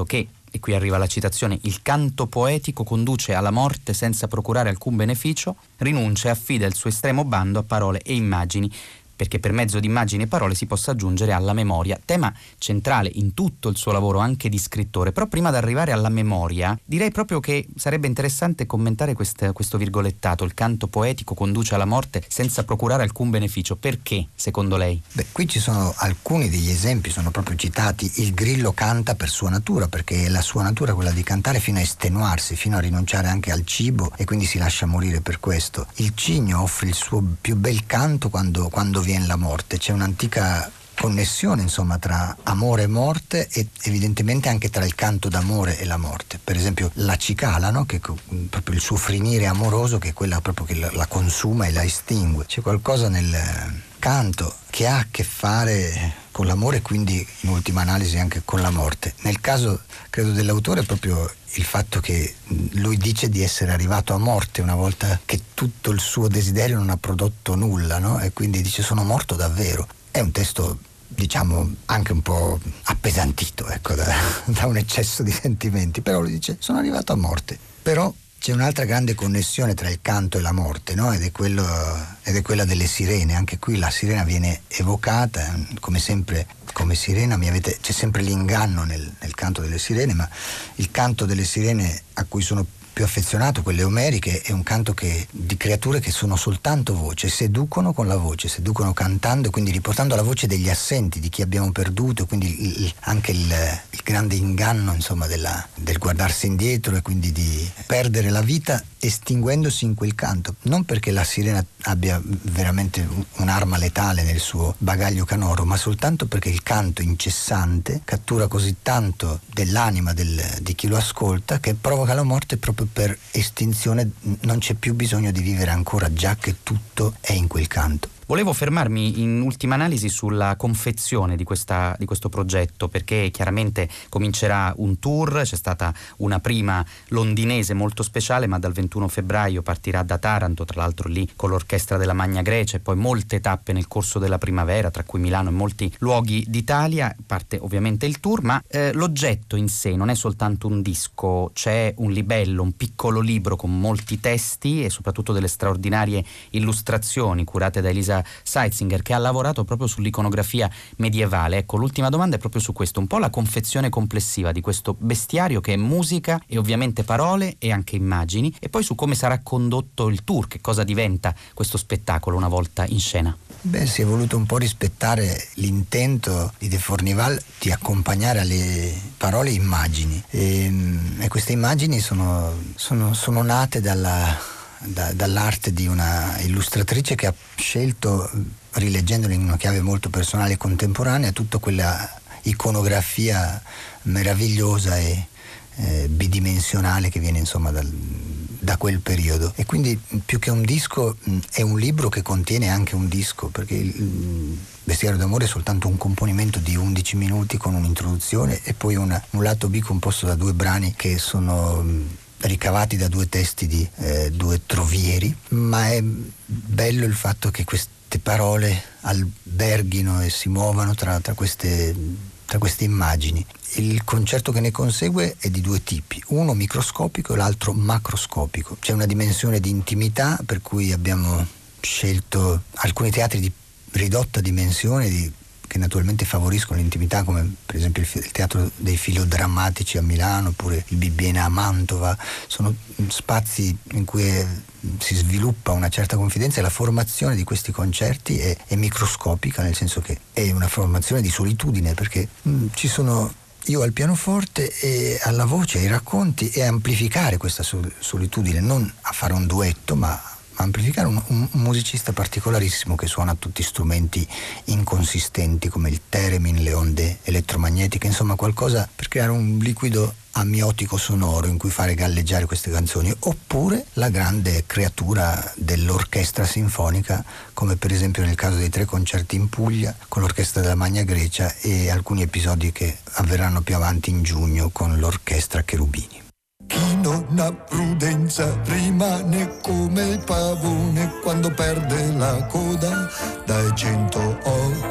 e qui arriva la citazione, il canto poetico conduce alla morte senza procurare alcun beneficio, rinuncia e affida il suo estremo bando a parole e immagini, perché per mezzo di immagini e parole si possa giungere alla memoria, tema centrale in tutto il suo lavoro anche di scrittore. Però prima di arrivare alla memoria direi proprio che sarebbe interessante commentare quest, questo virgolettato, il canto poetico conduce alla morte senza procurare alcun beneficio. Perché, secondo lei? Beh, qui ci sono alcuni degli esempi, sono proprio citati. Il grillo canta per sua natura, perché è la sua natura quella di cantare fino a estenuarsi, fino a rinunciare anche al cibo, e quindi si lascia morire per questo. Il cigno offre il suo più bel canto quando, quando viene la morte. C'è un'antica connessione, insomma, tra amore e morte, e evidentemente anche tra il canto d'amore e la morte. Per esempio la cicala, no? Che proprio il suo frinire amoroso, che è quella proprio che la consuma e la estingue. C'è qualcosa nel canto che ha a che fare con l'amore e quindi in ultima analisi anche con la morte. Nel caso, credo, dell'autore è proprio il fatto che lui dice di essere arrivato a morte una volta che tutto il suo desiderio non ha prodotto nulla, no? E quindi dice sono morto davvero. È un testo, diciamo, anche un po' appesantito, ecco, da, da un eccesso di sentimenti, però lui dice sono arrivato a morte. Però c'è un'altra grande connessione tra il canto e la morte, no? Ed è, quello, ed è quella delle sirene. Anche qui la sirena viene evocata, come sempre, come sirena mi avete, c'è sempre l'inganno nel, nel canto delle sirene, ma il canto delle sirene a cui sono più affezionato, quelle omeriche, è un canto che, di creature che sono soltanto voce, seducono con la voce, seducono cantando, quindi riportando la voce degli assenti, di chi abbiamo perduto, quindi il, il, anche il, il grande inganno, insomma, della, del guardarsi indietro e quindi di perdere la vita estinguendosi in quel canto. Non perché la sirena abbia veramente un'arma letale nel suo bagaglio canoro, ma soltanto perché il canto incessante cattura così tanto dell'anima del, di chi lo ascolta che provoca la morte proprio per estinzione. Non c'è più bisogno di vivere ancora, già che tutto è in quel canto. Volevo fermarmi in ultima analisi sulla confezione di, questa, di questo progetto, perché chiaramente comincerà un tour, c'è stata una prima londinese molto speciale, ma dal ventuno febbraio partirà da Taranto, tra l'altro lì con l'orchestra della Magna Grecia, e poi molte tappe nel corso della primavera, tra cui Milano e molti luoghi d'Italia. Parte ovviamente il tour, ma eh, l'oggetto in sé non è soltanto un disco, c'è un libello, un piccolo libro con molti testi e soprattutto delle straordinarie illustrazioni curate da Elisa Seitzinger, che ha lavorato proprio sull'iconografia medievale. Ecco, l'ultima domanda è proprio su questo, un po' la confezione complessiva di questo bestiario che è musica e ovviamente parole e anche immagini, e poi su come sarà condotto il tour, che cosa diventa questo spettacolo una volta in scena. Beh, si è voluto un po' rispettare l'intento di De Fornival di accompagnare alle parole immagini, e, e queste immagini sono, sono, sono nate dalla Da, dall'arte di una illustratrice che ha scelto, rileggendolo in una chiave molto personale e contemporanea, tutta quella iconografia meravigliosa e eh, bidimensionale che viene, insomma, dal, da quel periodo. E quindi più che un disco mh, è un libro che contiene anche un disco, perché il mh, Bestiario d'amore è soltanto un componimento di undici minuti con un'introduzione e poi una, un lato B composto da due brani che sono mh, ricavati da due testi di eh, due trovieri, ma è bello il fatto che queste parole alberghino e si muovano tra, tra, queste, tra queste immagini. Il concerto che ne consegue è di due tipi, uno microscopico e l'altro macroscopico. C'è una dimensione di intimità per cui abbiamo scelto alcuni teatri di ridotta dimensione, di che naturalmente favoriscono l'intimità, come per esempio il Teatro dei Filodrammatici a Milano, oppure il Bibbiena a Mantova. Sono spazi in cui è, si sviluppa una certa confidenza, e la formazione di questi concerti è, è microscopica, nel senso che è una formazione di solitudine, perché mh, ci sono io al pianoforte e alla voce, ai racconti, e amplificare questa sol- solitudine, non a fare un duetto, ma amplificare un, un, un musicista particolarissimo che suona tutti strumenti inconsistenti come il theremin, le onde elettromagnetiche, insomma qualcosa per creare un liquido amniotico sonoro in cui fare galleggiare queste canzoni, oppure la grande creatura dell'orchestra sinfonica, come per esempio nel caso dei tre concerti in Puglia con l'orchestra della Magna Grecia e alcuni episodi che avverranno più avanti in giugno con l'orchestra Cherubini. Chi non ha prudenza rimane come il pavone quando perde la coda dai cento occhi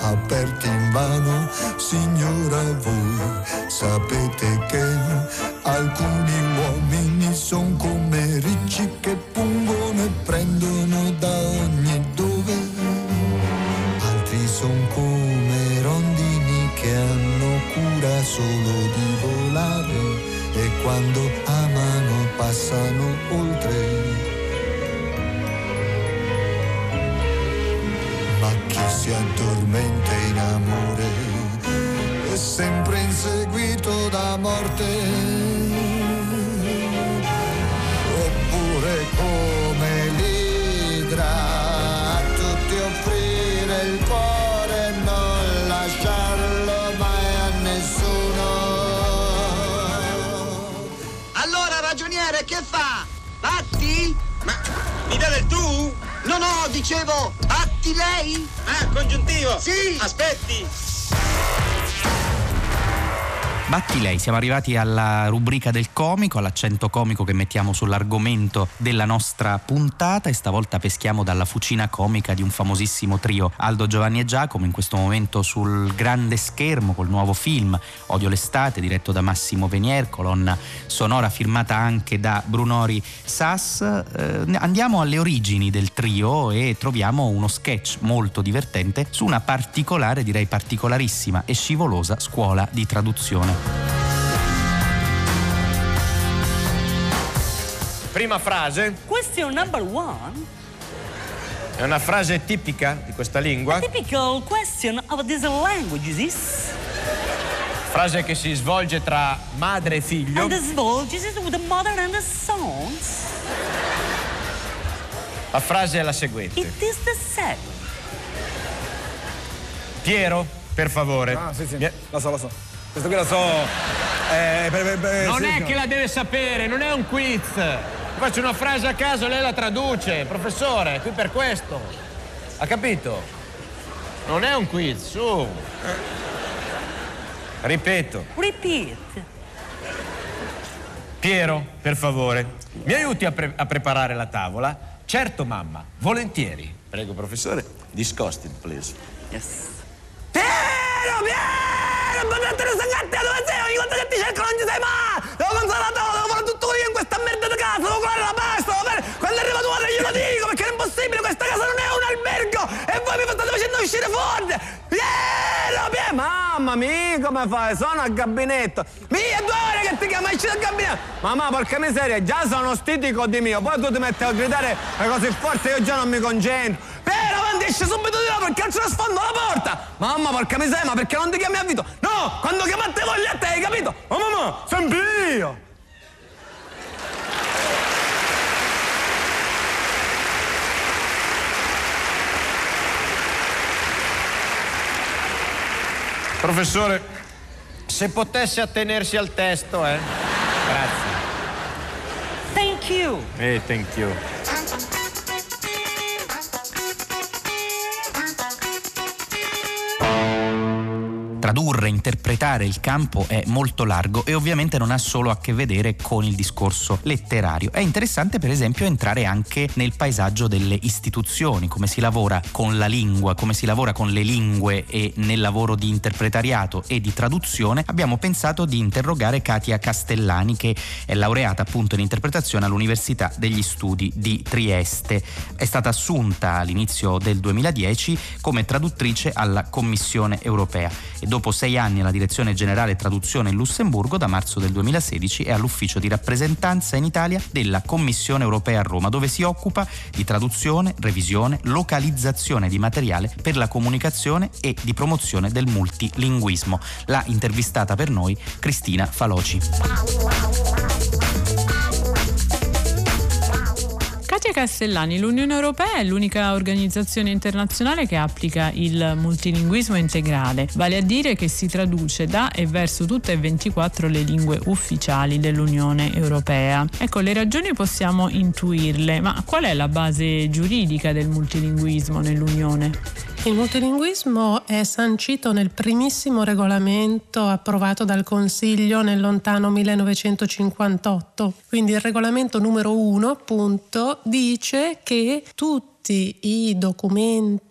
aperti invano. Signora, voi sapete che alcuni uomini son come ricci che pungono e prendono da ogni dove, altri son come rondini che hanno cura solo di volare e quando amano passano oltre. Ma chi si addormenta in amore è sempre inseguito da morte. Oppure come l'idra a tutti offrire il cuore e non lasciarlo mai a nessuno. Allora, ragioniere, che fa? Batti? Ma mi dà del tu? No, no, dicevo, batti lei? Ah, congiuntivo? Sì! Aspetti! Batti lei, siamo arrivati alla rubrica del comico, all'accento comico che mettiamo sull'argomento della nostra puntata e stavolta peschiamo dalla fucina comica di un famosissimo trio, Aldo, Giovanni e Giacomo, in questo momento sul grande schermo col nuovo film Odio l'estate, diretto da Massimo Venier, colonna sonora firmata anche da Brunori Sass. Eh, andiamo alle origini del trio e troviamo uno sketch molto divertente su una particolare, direi particolarissima e scivolosa scuola di traduzione. Prima frase. Question number one. È una frase tipica di questa lingua. A typical question of this language is. Frase che si svolge tra madre e figlio. And svolges it with the mother and the sons. La frase è la seguente. It is the second. Piero, per favore. Ah, sì, sì. Mi... Lo so, lo so. Questo qui lo so. Eh, beh, beh, beh, non sì, è no. che la deve sapere, non è un quiz. Faccio una frase a caso, lei la traduce. Professore, qui per questo. Ha capito? Non è un quiz, su. Ripeto. Repeat. Piero, per favore, mi aiuti a, pre- a preparare la tavola? Certo, mamma, volentieri. Prego, professore. Disgusted, please. Yes. Piero, Piero, bandate le sangate, dove sei? Ogni volta che ti cerco non ci sei mai! Devo cansare la tavola, devo fare tutto io in questa merda di casa, devo colare la pasta, devo fare... Quando arriva tua madre glielo dico, perché è impossibile, questa casa non è un albergo e voi mi state facendo uscire fuori! Piero, Piero, mamma mia, come fai? Sono al gabinetto. Mia, due ore che ti chiama, esci dal gabinetto. Mamma, porca miseria, già sono stitico di mio, poi tu ti metti a gridare le cose forti, io già non mi concentro. Piero, avanti, esci subito di là perché calcio la sfondo la porta. Mamma, porca miseria, ma perché non ti chiami a Vito? No, quando chiamate voglio a te, hai capito? Oh mamma, sempre io. Professore, se potesse attenersi al testo, eh? Grazie. Thank you. Eh, thank you. Tradurre, interpretare il campo è molto largo e ovviamente non ha solo a che vedere con il discorso letterario. È interessante per esempio entrare anche nel paesaggio delle istituzioni, come si lavora con la lingua, come si lavora con le lingue e nel lavoro di interpretariato e di traduzione. Abbiamo pensato di interrogare Katia Castellani, che è laureata appunto in interpretazione all'Università degli Studi di Trieste. È stata assunta all'inizio del duemiladieci come traduttrice alla Commissione europea e dopo sei anni alla direzione generale traduzione in Lussemburgo, da marzo del duemilasedici è all'ufficio di rappresentanza in Italia della Commissione europea a Roma, dove si occupa di traduzione, revisione, localizzazione di materiale per la comunicazione e di promozione del multilinguismo. L'ha intervistata per noi Cristina Faloci. Katia Castellani, l'Unione Europea è l'unica organizzazione internazionale che applica il multilinguismo integrale, vale a dire che si traduce da e verso tutte e ventiquattro le lingue ufficiali dell'Unione Europea. Ecco, le ragioni possiamo intuirle, ma qual è la base giuridica del multilinguismo nell'Unione? Il multilinguismo è sancito nel primissimo regolamento approvato dal Consiglio nel lontano millenovecentocinquantotto. Quindi il regolamento numero uno, appunto, dice che tutti tutti i documenti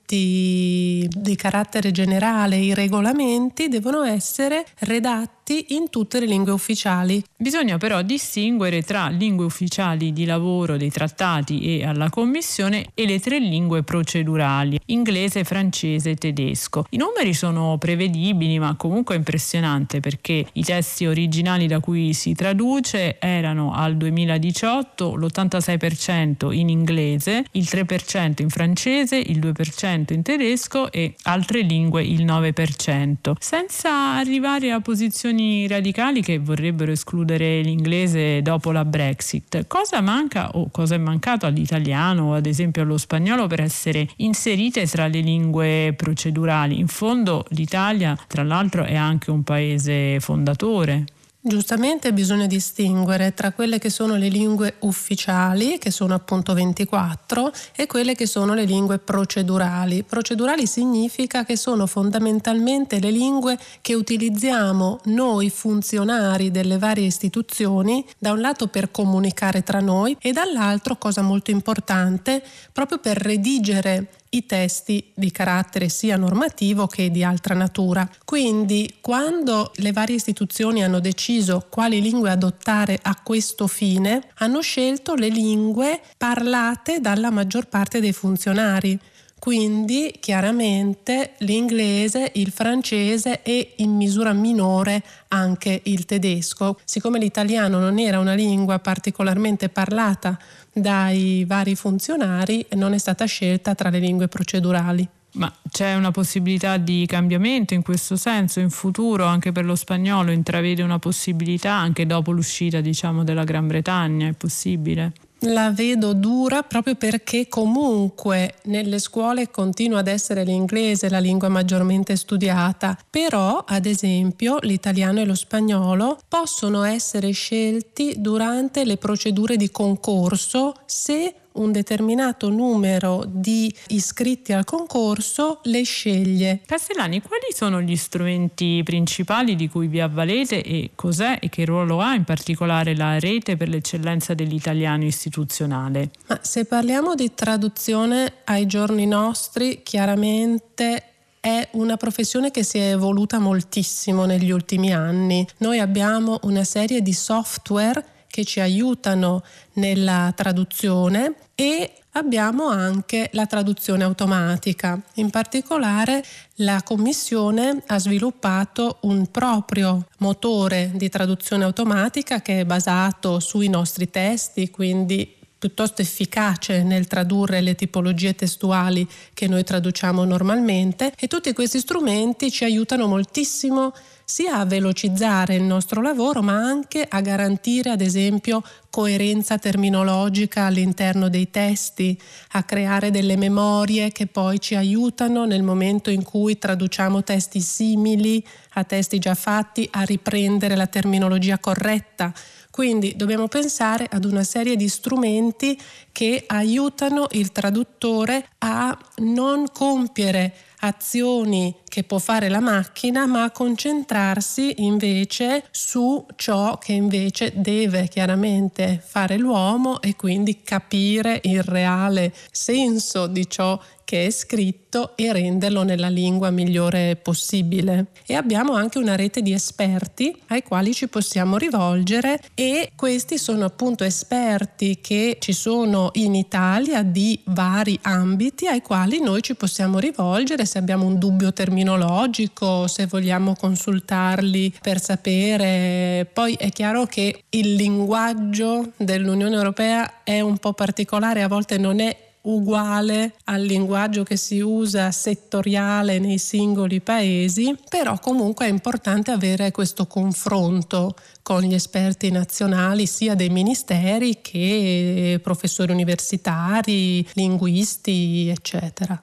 di carattere generale, i regolamenti, devono essere redatti in tutte le lingue ufficiali. Bisogna però distinguere tra lingue ufficiali di lavoro dei trattati e alla Commissione e le tre lingue procedurali: inglese, francese e tedesco. I numeri sono prevedibili, ma comunque è impressionante, perché i testi originali da cui si traduce erano al duemiladiciotto l'ottantasei per cento in inglese, il tre per cento in francese, il due per cento in tedesco e altre lingue il nove per cento, senza arrivare a posizioni radicali che vorrebbero escludere l'inglese dopo la Brexit. Cosa manca o cosa è mancato all'italiano o ad esempio allo spagnolo per essere inserite tra le lingue procedurali? In fondo l'Italia, tra l'altro, è anche un paese fondatore. Giustamente bisogna distinguere tra quelle che sono le lingue ufficiali, che sono appunto ventiquattro, e quelle che sono le lingue procedurali. Procedurali significa che sono fondamentalmente le lingue che utilizziamo noi funzionari delle varie istituzioni, da un lato per comunicare tra noi e dall'altro, cosa molto importante, proprio per redigere i testi di carattere sia normativo che di altra natura. Quindi, quando le varie istituzioni hanno deciso quali lingue adottare a questo fine, hanno scelto le lingue parlate dalla maggior parte dei funzionari. Quindi chiaramente l'inglese, il francese e in misura minore anche il tedesco. Siccome l'italiano non era una lingua particolarmente parlata dai vari funzionari, non è stata scelta tra le lingue procedurali. Ma c'è una possibilità di cambiamento in questo senso in futuro anche per lo spagnolo? Intravede una possibilità anche dopo l'uscita, diciamo, della Gran Bretagna? È possibile? La vedo dura proprio perché comunque nelle scuole continua ad essere l'inglese la lingua maggiormente studiata, però ad esempio l'italiano e lo spagnolo possono essere scelti durante le procedure di concorso se un determinato numero di iscritti al concorso le sceglie. Castellani, quali sono gli strumenti principali di cui vi avvalete e cos'è e che ruolo ha in particolare la rete per l'eccellenza dell'italiano istituzionale? Ma se parliamo di traduzione ai giorni nostri, chiaramente è una professione che si è evoluta moltissimo negli ultimi anni. Noi abbiamo una serie di software che ci aiutano nella traduzione e abbiamo anche la traduzione automatica. In particolare la Commissione ha sviluppato un proprio motore di traduzione automatica che è basato sui nostri testi, quindi piuttosto efficace nel tradurre le tipologie testuali che noi traduciamo normalmente, e tutti questi strumenti ci aiutano moltissimo sia a velocizzare il nostro lavoro, ma anche a garantire, ad esempio, coerenza terminologica all'interno dei testi, a creare delle memorie che poi ci aiutano nel momento in cui traduciamo testi simili a testi già fatti a riprendere la terminologia corretta. Quindi dobbiamo pensare ad una serie di strumenti che aiutano il traduttore a non compiere azioni che può fare la macchina, ma a concentrarsi invece su ciò che invece deve chiaramente fare l'uomo e quindi capire il reale senso di ciò che è scritto e renderlo nella lingua migliore possibile. E abbiamo anche una rete di esperti ai quali ci possiamo rivolgere, e questi sono appunto esperti che ci sono in Italia di vari ambiti ai quali noi ci possiamo rivolgere se abbiamo un dubbio terminologico, se vogliamo consultarli per sapere. Poi è chiaro che il linguaggio dell'Unione Europea è un po' particolare, a volte non è uguale al linguaggio che si usa settoriale nei singoli paesi, però comunque è importante avere questo confronto con gli esperti nazionali, sia dei ministeri che professori universitari, linguisti, eccetera.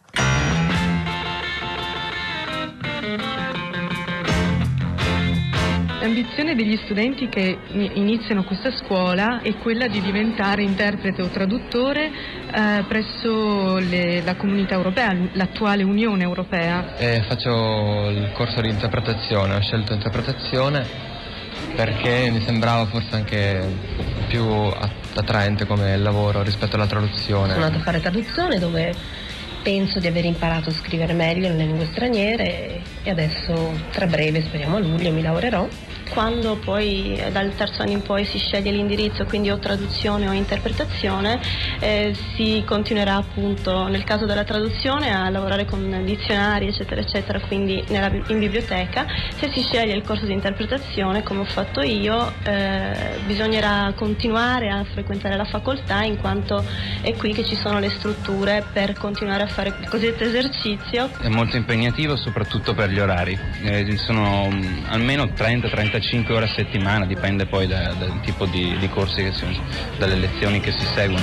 L'ambizione degli studenti che iniziano questa scuola è quella di diventare interprete o traduttore eh, presso le, la comunità europea, l'attuale Unione Europea. Eh, faccio il corso di interpretazione, ho scelto interpretazione perché mi sembrava forse anche più attraente come lavoro rispetto alla traduzione. Sono andata a fare traduzione, dove penso di aver imparato a scrivere meglio nelle lingue straniere, e adesso tra breve, speriamo a luglio, mi lavorerò. Quando poi dal terzo anno in poi si sceglie l'indirizzo, quindi o traduzione o interpretazione, eh, si continuerà appunto nel caso della traduzione a lavorare con dizionari eccetera eccetera, quindi nella, in biblioteca. Se si sceglie il corso di interpretazione, come ho fatto io, eh, bisognerà continuare a frequentare la facoltà, in quanto è qui che ci sono le strutture per continuare a fare il cosiddetto esercizio. È molto impegnativo soprattutto per gli orari, eh, sono um, almeno trenta trentacinque ore a settimana, dipende poi da, dal tipo di, di corsi che si, dalle lezioni che si seguono.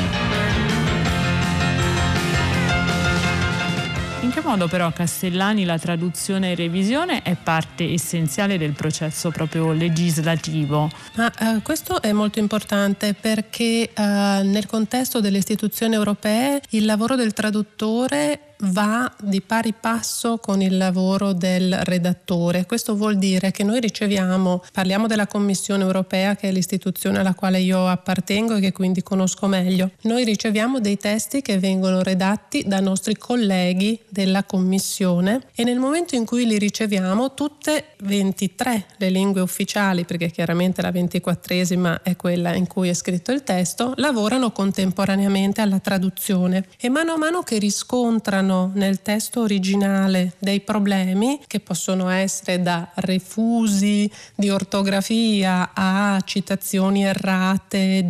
In che modo però, Castellani, la traduzione e revisione è parte essenziale del processo proprio legislativo? Ma, uh, questo è molto importante perché uh, nel contesto delle istituzioni europee il lavoro del traduttore va di pari passo con il lavoro del redattore. Questo vuol dire che noi riceviamo, parliamo della Commissione europea, che è l'istituzione alla quale io appartengo e che quindi conosco meglio. Noi riceviamo dei testi che vengono redatti da nostri colleghi della Commissione, e nel momento in cui li riceviamo, tutte ventitré le lingue ufficiali, perché chiaramente la ventiquattresima è quella in cui è scritto il testo, lavorano contemporaneamente alla traduzione, e mano a mano che riscontrano nel testo originale dei problemi, che possono essere da refusi di ortografia a citazioni errate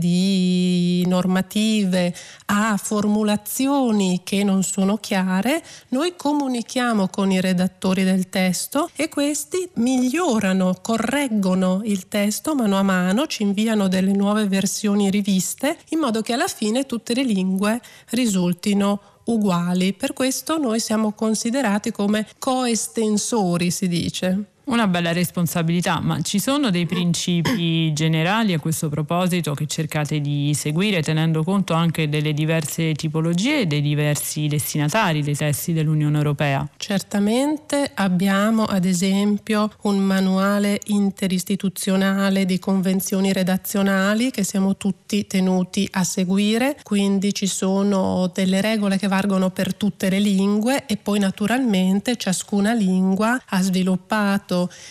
di normative a formulazioni che non sono chiare, noi comunichiamo con i redattori del testo e questi migliorano, correggono il testo mano a mano, ci inviano delle nuove versioni riviste, in modo che alla fine tutte le lingue risultino uguali. Per questo noi siamo considerati come coestensori, si dice. Una bella responsabilità, ma ci sono dei principi generali a questo proposito che cercate di seguire, tenendo conto anche delle diverse tipologie e dei diversi destinatari dei testi dell'Unione Europea? Certamente abbiamo ad esempio un manuale interistituzionale di convenzioni redazionali che siamo tutti tenuti a seguire, quindi ci sono delle regole che valgono per tutte le lingue, e poi naturalmente ciascuna lingua ha sviluppato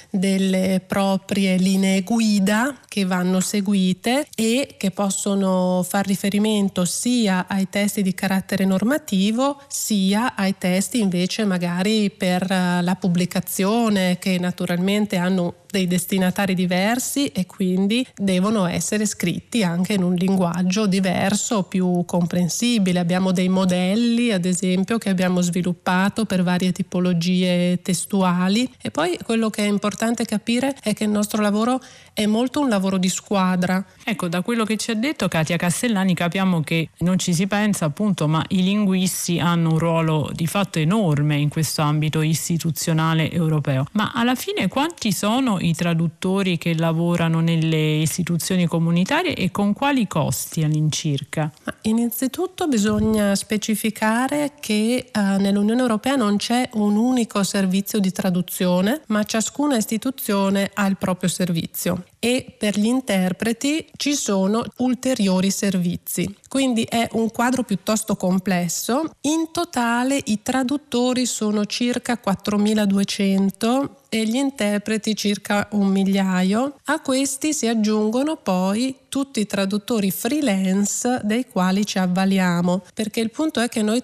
delle proprie linee guida che vanno seguite e che possono far riferimento sia ai testi di carattere normativo sia ai testi invece magari per la pubblicazione, che naturalmente hanno dei destinatari diversi e quindi devono essere scritti anche in un linguaggio diverso, più comprensibile. Abbiamo dei modelli, ad esempio, che abbiamo sviluppato per varie tipologie testuali, e poi quello che è importante capire è che il nostro lavoro è molto un lavoro di squadra. Ecco, da quello che ci ha detto Katia Castellani capiamo che non ci si pensa appunto, ma i linguisti hanno un ruolo di fatto enorme in questo ambito istituzionale europeo. Ma alla fine quanti sono i traduttori che lavorano nelle istituzioni comunitarie e con quali costi all'incirca? Ma innanzitutto bisogna specificare che eh, nell'Unione Europea non c'è un unico servizio di traduzione, ma ciascuna istituzione ha il proprio servizio, e per gli interpreti ci sono ulteriori servizi. Quindi è un quadro piuttosto complesso. In totale i traduttori sono circa quattromiladuecento e gli interpreti circa un migliaio. A questi si aggiungono poi tutti i traduttori freelance dei quali ci avvaliamo, perché il punto è che noi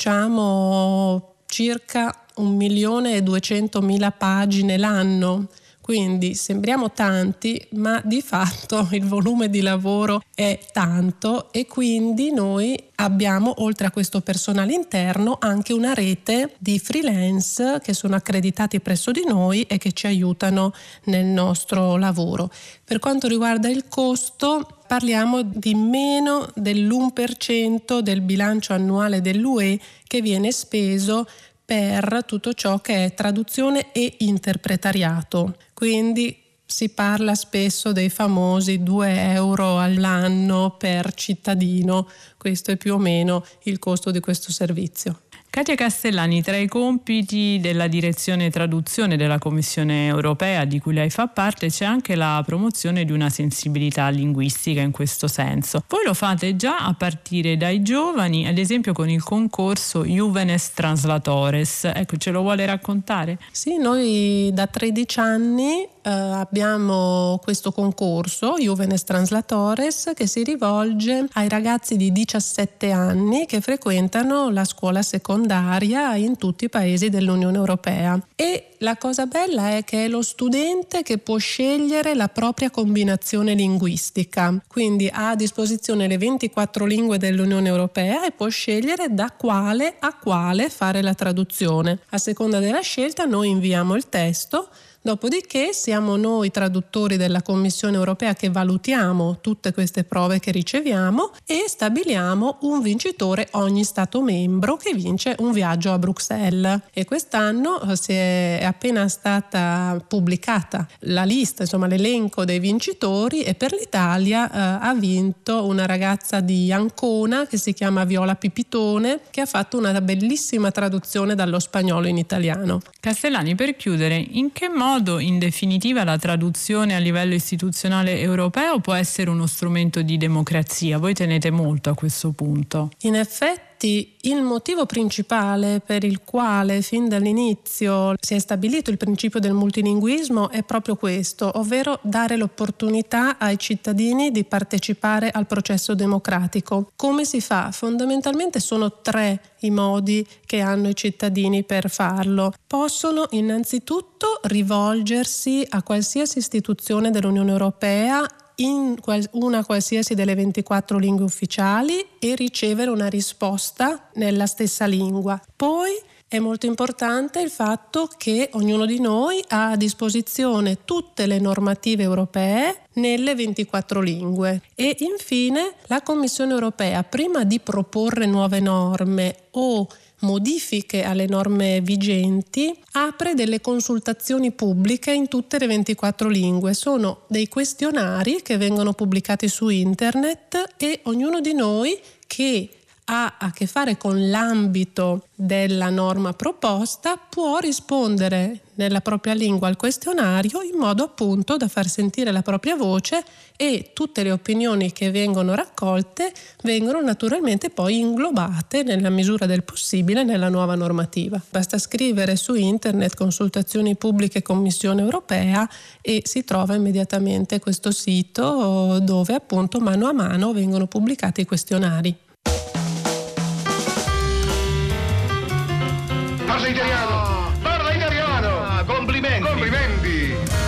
traduciamo circa un milione e duecentomila pagine l'anno. Quindi sembriamo tanti, ma di fatto il volume di lavoro è tanto, e quindi noi abbiamo, oltre a questo personale interno, anche una rete di freelance che sono accreditati presso di noi e che ci aiutano nel nostro lavoro. Per quanto riguarda il costo, parliamo di meno dell'uno per cento del bilancio annuale dell'U E che viene speso per tutto ciò che è traduzione e interpretariato. Quindi si parla spesso dei famosi due euro all'anno per cittadino, questo è più o meno il costo di questo servizio. Katia Castellani, tra i compiti della direzione traduzione della Commissione europea di cui lei fa parte c'è anche la promozione di una sensibilità linguistica in questo senso. Voi lo fate già a partire dai giovani, ad esempio con il concorso Juvenes Translatores. Ecco, ce lo vuole raccontare? Sì, noi da tredici anni eh, abbiamo questo concorso Juvenes Translatores che si rivolge ai ragazzi di diciassette anni che frequentano la scuola secondaria in tutti i paesi dell'Unione Europea. E la cosa bella è che è lo studente che può scegliere la propria combinazione linguistica, quindi ha a disposizione le ventiquattro lingue dell'Unione Europea e può scegliere da quale a quale fare la traduzione. A seconda della scelta noi inviamo il testo. Dopodiché siamo noi traduttori della Commissione europea che valutiamo tutte queste prove che riceviamo e stabiliamo un vincitore ogni Stato membro che vince un viaggio a Bruxelles. E quest'anno si è appena stata pubblicata la lista, insomma l'elenco dei vincitori, e per l'Italia eh, ha vinto una ragazza di Ancona che si chiama Viola Pipitone, che ha fatto una bellissima traduzione dallo spagnolo in italiano. Castellani, per chiudere, in che modo in definitiva la traduzione a livello istituzionale europeo può essere uno strumento di democrazia? Voi tenete molto a questo punto. In effetti il motivo principale per il quale fin dall'inizio si è stabilito il principio del multilinguismo è proprio questo, ovvero dare l'opportunità ai cittadini di partecipare al processo democratico. Come si fa? Fondamentalmente sono tre i modi che hanno i cittadini per farlo. Possono innanzitutto rivolgersi a qualsiasi istituzione dell'Unione Europea in una qualsiasi delle ventiquattro lingue ufficiali e ricevere una risposta nella stessa lingua. Poi è molto importante il fatto che ognuno di noi ha a disposizione tutte le normative europee nelle ventiquattro lingue. E infine la Commissione europea, prima di proporre nuove norme o modifiche alle norme vigenti, apre delle consultazioni pubbliche in tutte le ventiquattro lingue. Sono dei questionari che vengono pubblicati su internet e ognuno di noi che ha a che fare con l'ambito della norma proposta può rispondere nella propria lingua al questionario in modo appunto da far sentire la propria voce, e tutte le opinioni che vengono raccolte vengono naturalmente poi inglobate nella misura del possibile nella nuova normativa. Basta scrivere su internet consultazioni pubbliche Commissione europea e si trova immediatamente questo sito dove appunto mano a mano vengono pubblicati i questionari. Parla italiano! Parla italiano! Complimenti! Complimenti!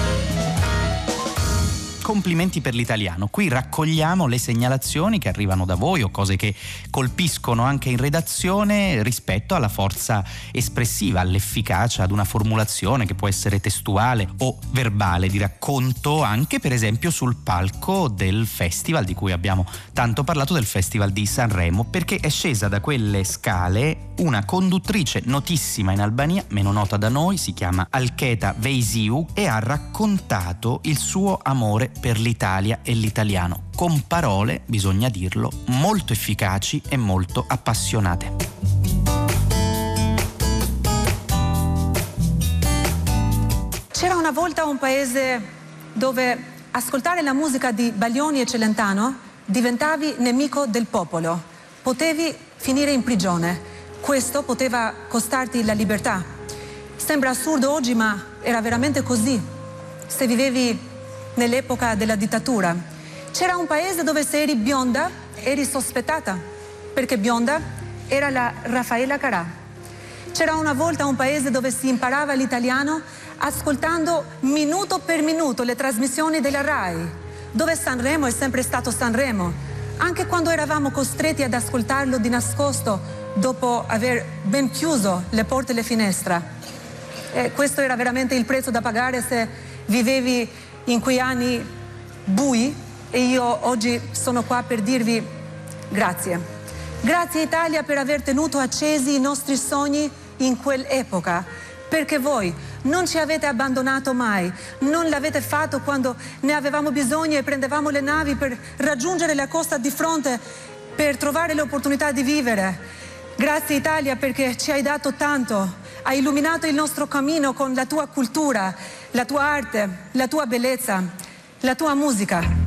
Complimenti per l'italiano. Qui raccogliamo le segnalazioni che arrivano da voi o cose che colpiscono anche in redazione rispetto alla forza espressiva, all'efficacia, ad una formulazione che può essere testuale o verbale, di racconto, anche per esempio sul palco del festival di cui abbiamo tanto parlato, del Festival di Sanremo, perché è scesa da quelle scale una conduttrice notissima in Albania, meno nota da noi, si chiama Alketa Veisiu, e ha raccontato il suo amore per l'Italia e l'italiano, con parole, bisogna dirlo, molto efficaci e molto appassionate. C'era una volta un paese dove ascoltare la musica di Baglioni e Celentano diventavi nemico del popolo, potevi finire in prigione. Questo poteva costarti la libertà. Sembra assurdo oggi, ma era veramente così. Se vivevi nell'epoca della dittatura, c'era un paese dove se eri bionda eri sospettata, perché bionda era la Raffaella Carrà. C'era una volta un paese dove si imparava l'italiano ascoltando minuto per minuto le trasmissioni della RAI, dove Sanremo è sempre stato Sanremo, anche quando eravamo costretti ad ascoltarlo di nascosto dopo aver ben chiuso le porte e le finestre. E questo era veramente il prezzo da pagare se vivevi in quei anni bui, e io oggi sono qua per dirvi grazie. Grazie Italia per aver tenuto accesi i nostri sogni in quell'epoca, perché voi non ci avete abbandonato mai, non l'avete fatto quando ne avevamo bisogno e prendevamo le navi per raggiungere la costa di fronte, per trovare l'opportunità di vivere. Grazie Italia perché ci hai dato tanto, hai illuminato il nostro cammino con la tua cultura, la tua arte, la tua bellezza, la tua musica.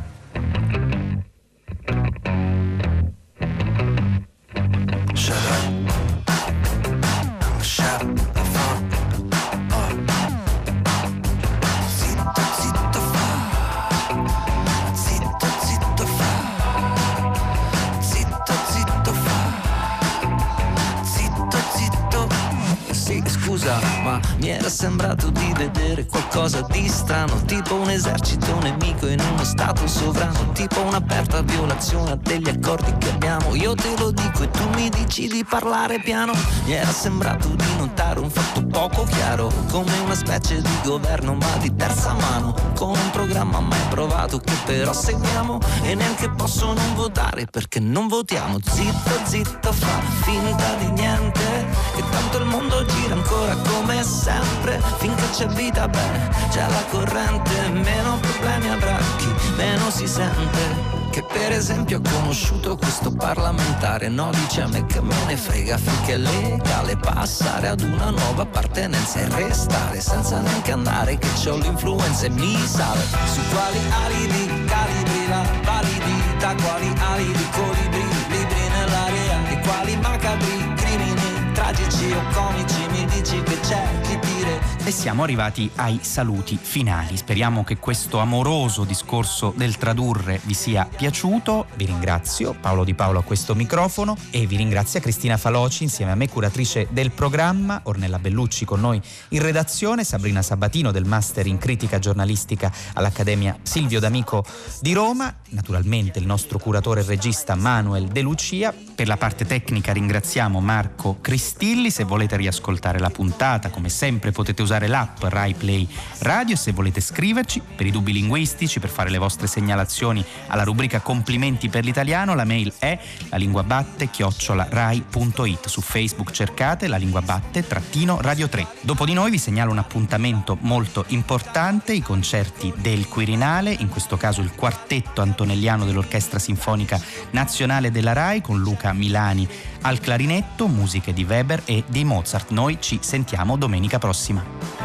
Ma mi era sembrato di vedere qualcosa di strano, tipo un esercito nemico in uno stato sovrano, tipo un'aperta violazione degli accordi che abbiamo. Io te lo dico e tu mi dici di parlare piano. Mi era sembrato di notare un fatto poco chiaro, come una specie di governo ma di terza mano, con un programma mai provato che però seguiamo, e neanche posso non votare perché non votiamo. Zitto, zitto, fa finta di niente, che tanto il mondo gira ancora come sempre, finché c'è vita bene, c'è la corrente, meno problemi avrà chi meno si sente. Che per esempio ho conosciuto questo parlamentare, no, dice a me che me ne frega, finché è legale passare ad una nuova appartenenza e restare senza neanche andare, che c'ho l'influenza e mi sale. Su quali alibi calibri la validità, quali alibi colibri, libri nell'aria, e quali macabri crimini tragici o comici mi dici che c'è chi dire. E siamo arrivati ai saluti finali. Speriamo che questo amoroso discorso del tradurre vi sia piaciuto. Vi ringrazio, Paolo Di Paolo a questo microfono, e vi ringrazia Cristina Faloci insieme a me, curatrice del programma, Ornella Bellucci con noi in redazione, Sabrina Sabatino del Master in Critica Giornalistica all'Accademia Silvio D'Amico di Roma, naturalmente il nostro curatore e regista Manuel De Lucia. Per la parte tecnica ringraziamo Marco Cristilli. Se volete riascoltare la puntata, come sempre potete usare l'app Rai Play Radio, e se volete scriverci per i dubbi linguistici, per fare le vostre segnalazioni alla rubrica Complimenti per l'italiano, la mail è lalinguabatte chiocciola rai punto it. Su Facebook cercate La Lingua Batte trattino Radio tre. Dopo di noi vi segnalo un appuntamento molto importante, i concerti del Quirinale, in questo caso il quartetto antonelliano dell'Orchestra Sinfonica Nazionale della Rai con Luca Milani al clarinetto, musiche di Weber e di Mozart. Noi ci sentiamo domenica prossima.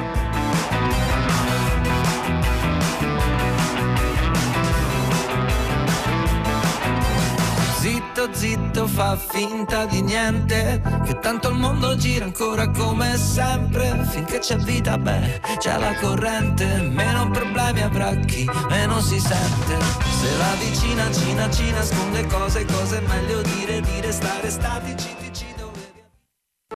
Zitto, zitto, fa finta di niente, che tanto il mondo gira ancora come sempre, finché c'è vita, beh, c'è la corrente, meno problemi avrà chi meno si sente. Se la vicina Cina ci nasconde cose, cose è meglio dire, dire, stare statici,